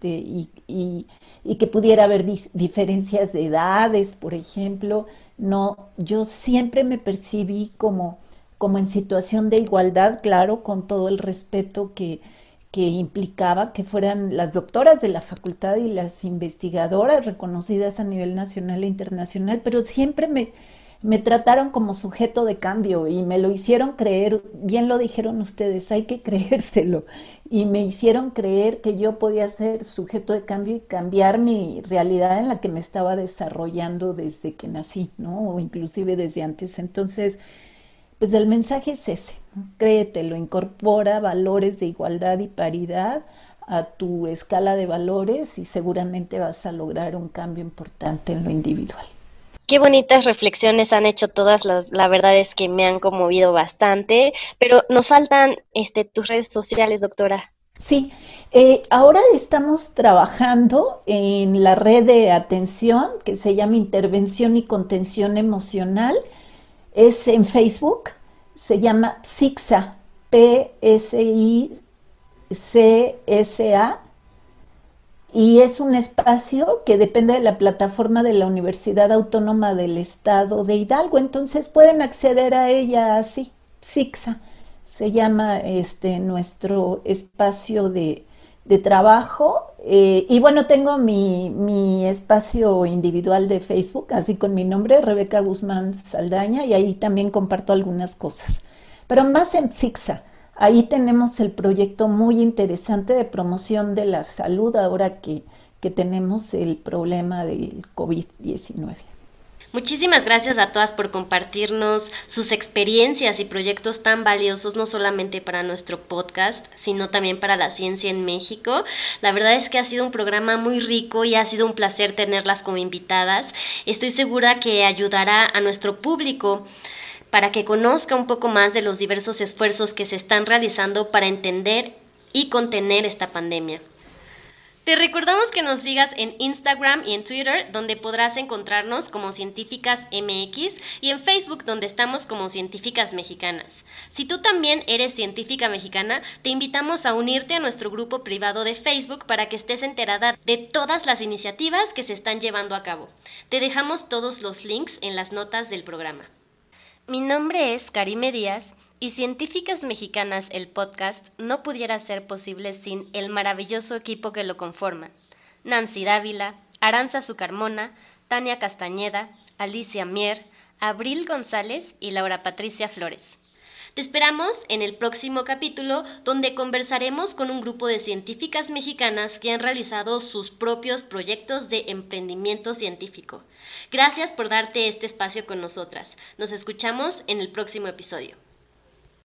Y que pudiera haber diferencias de edades, por ejemplo. No, yo siempre me percibí como en situación de igualdad, claro, con todo el respeto que implicaba que fueran las doctoras de la facultad y las investigadoras reconocidas a nivel nacional e internacional, pero siempre me trataron como sujeto de cambio y me lo hicieron creer, bien lo dijeron ustedes, hay que creérselo, y me hicieron creer que yo podía ser sujeto de cambio y cambiar mi realidad en la que me estaba desarrollando desde que nací, ¿no? O inclusive desde antes. Entonces, pues el mensaje es ese, ¿no? Créetelo, incorpora valores de igualdad y paridad a tu escala de valores y seguramente vas a lograr un cambio importante en lo individual. Qué bonitas reflexiones han hecho todas, la verdad es que me han conmovido bastante, pero nos faltan tus redes sociales, doctora. Sí, ahora estamos trabajando en la red de atención que se llama Intervención y Contención Emocional. Es en Facebook, se llama PSICSA, PSICSA, y es un espacio que depende de la plataforma de la Universidad Autónoma del Estado de Hidalgo, entonces pueden acceder a ella así, PSICSA, se llama nuestro espacio de trabajo, y bueno, tengo mi espacio individual de Facebook, así con mi nombre, Rebeca Guzmán Saldaña, y ahí también comparto algunas cosas, pero más en PSICSA. Ahí tenemos el proyecto muy interesante de promoción de la salud ahora que tenemos el problema del COVID-19. Muchísimas gracias a todas por compartirnos sus experiencias y proyectos tan valiosos, no solamente para nuestro podcast, sino también para la ciencia en México. La verdad es que ha sido un programa muy rico y ha sido un placer tenerlas como invitadas. Estoy segura que ayudará a nuestro público para que conozca un poco más de los diversos esfuerzos que se están realizando para entender y contener esta pandemia. Te recordamos que nos sigas en Instagram y en Twitter, donde podrás encontrarnos como Científicas MX, y en Facebook, donde estamos como Científicas Mexicanas. Si tú también eres científica mexicana, te invitamos a unirte a nuestro grupo privado de Facebook para que estés enterada de todas las iniciativas que se están llevando a cabo. Te dejamos todos los links en las notas del programa. Mi nombre es Karime Díaz y Científicas Mexicanas, el podcast, no pudiera ser posible sin el maravilloso equipo que lo conforma. Nancy Dávila, Aranza Zucarmona, Tania Castañeda, Alicia Mier, Abril González y Laura Patricia Flores. Te esperamos en el próximo capítulo, donde conversaremos con un grupo de científicas mexicanas que han realizado sus propios proyectos de emprendimiento científico. Gracias por darte este espacio con nosotras. Nos escuchamos en el próximo episodio.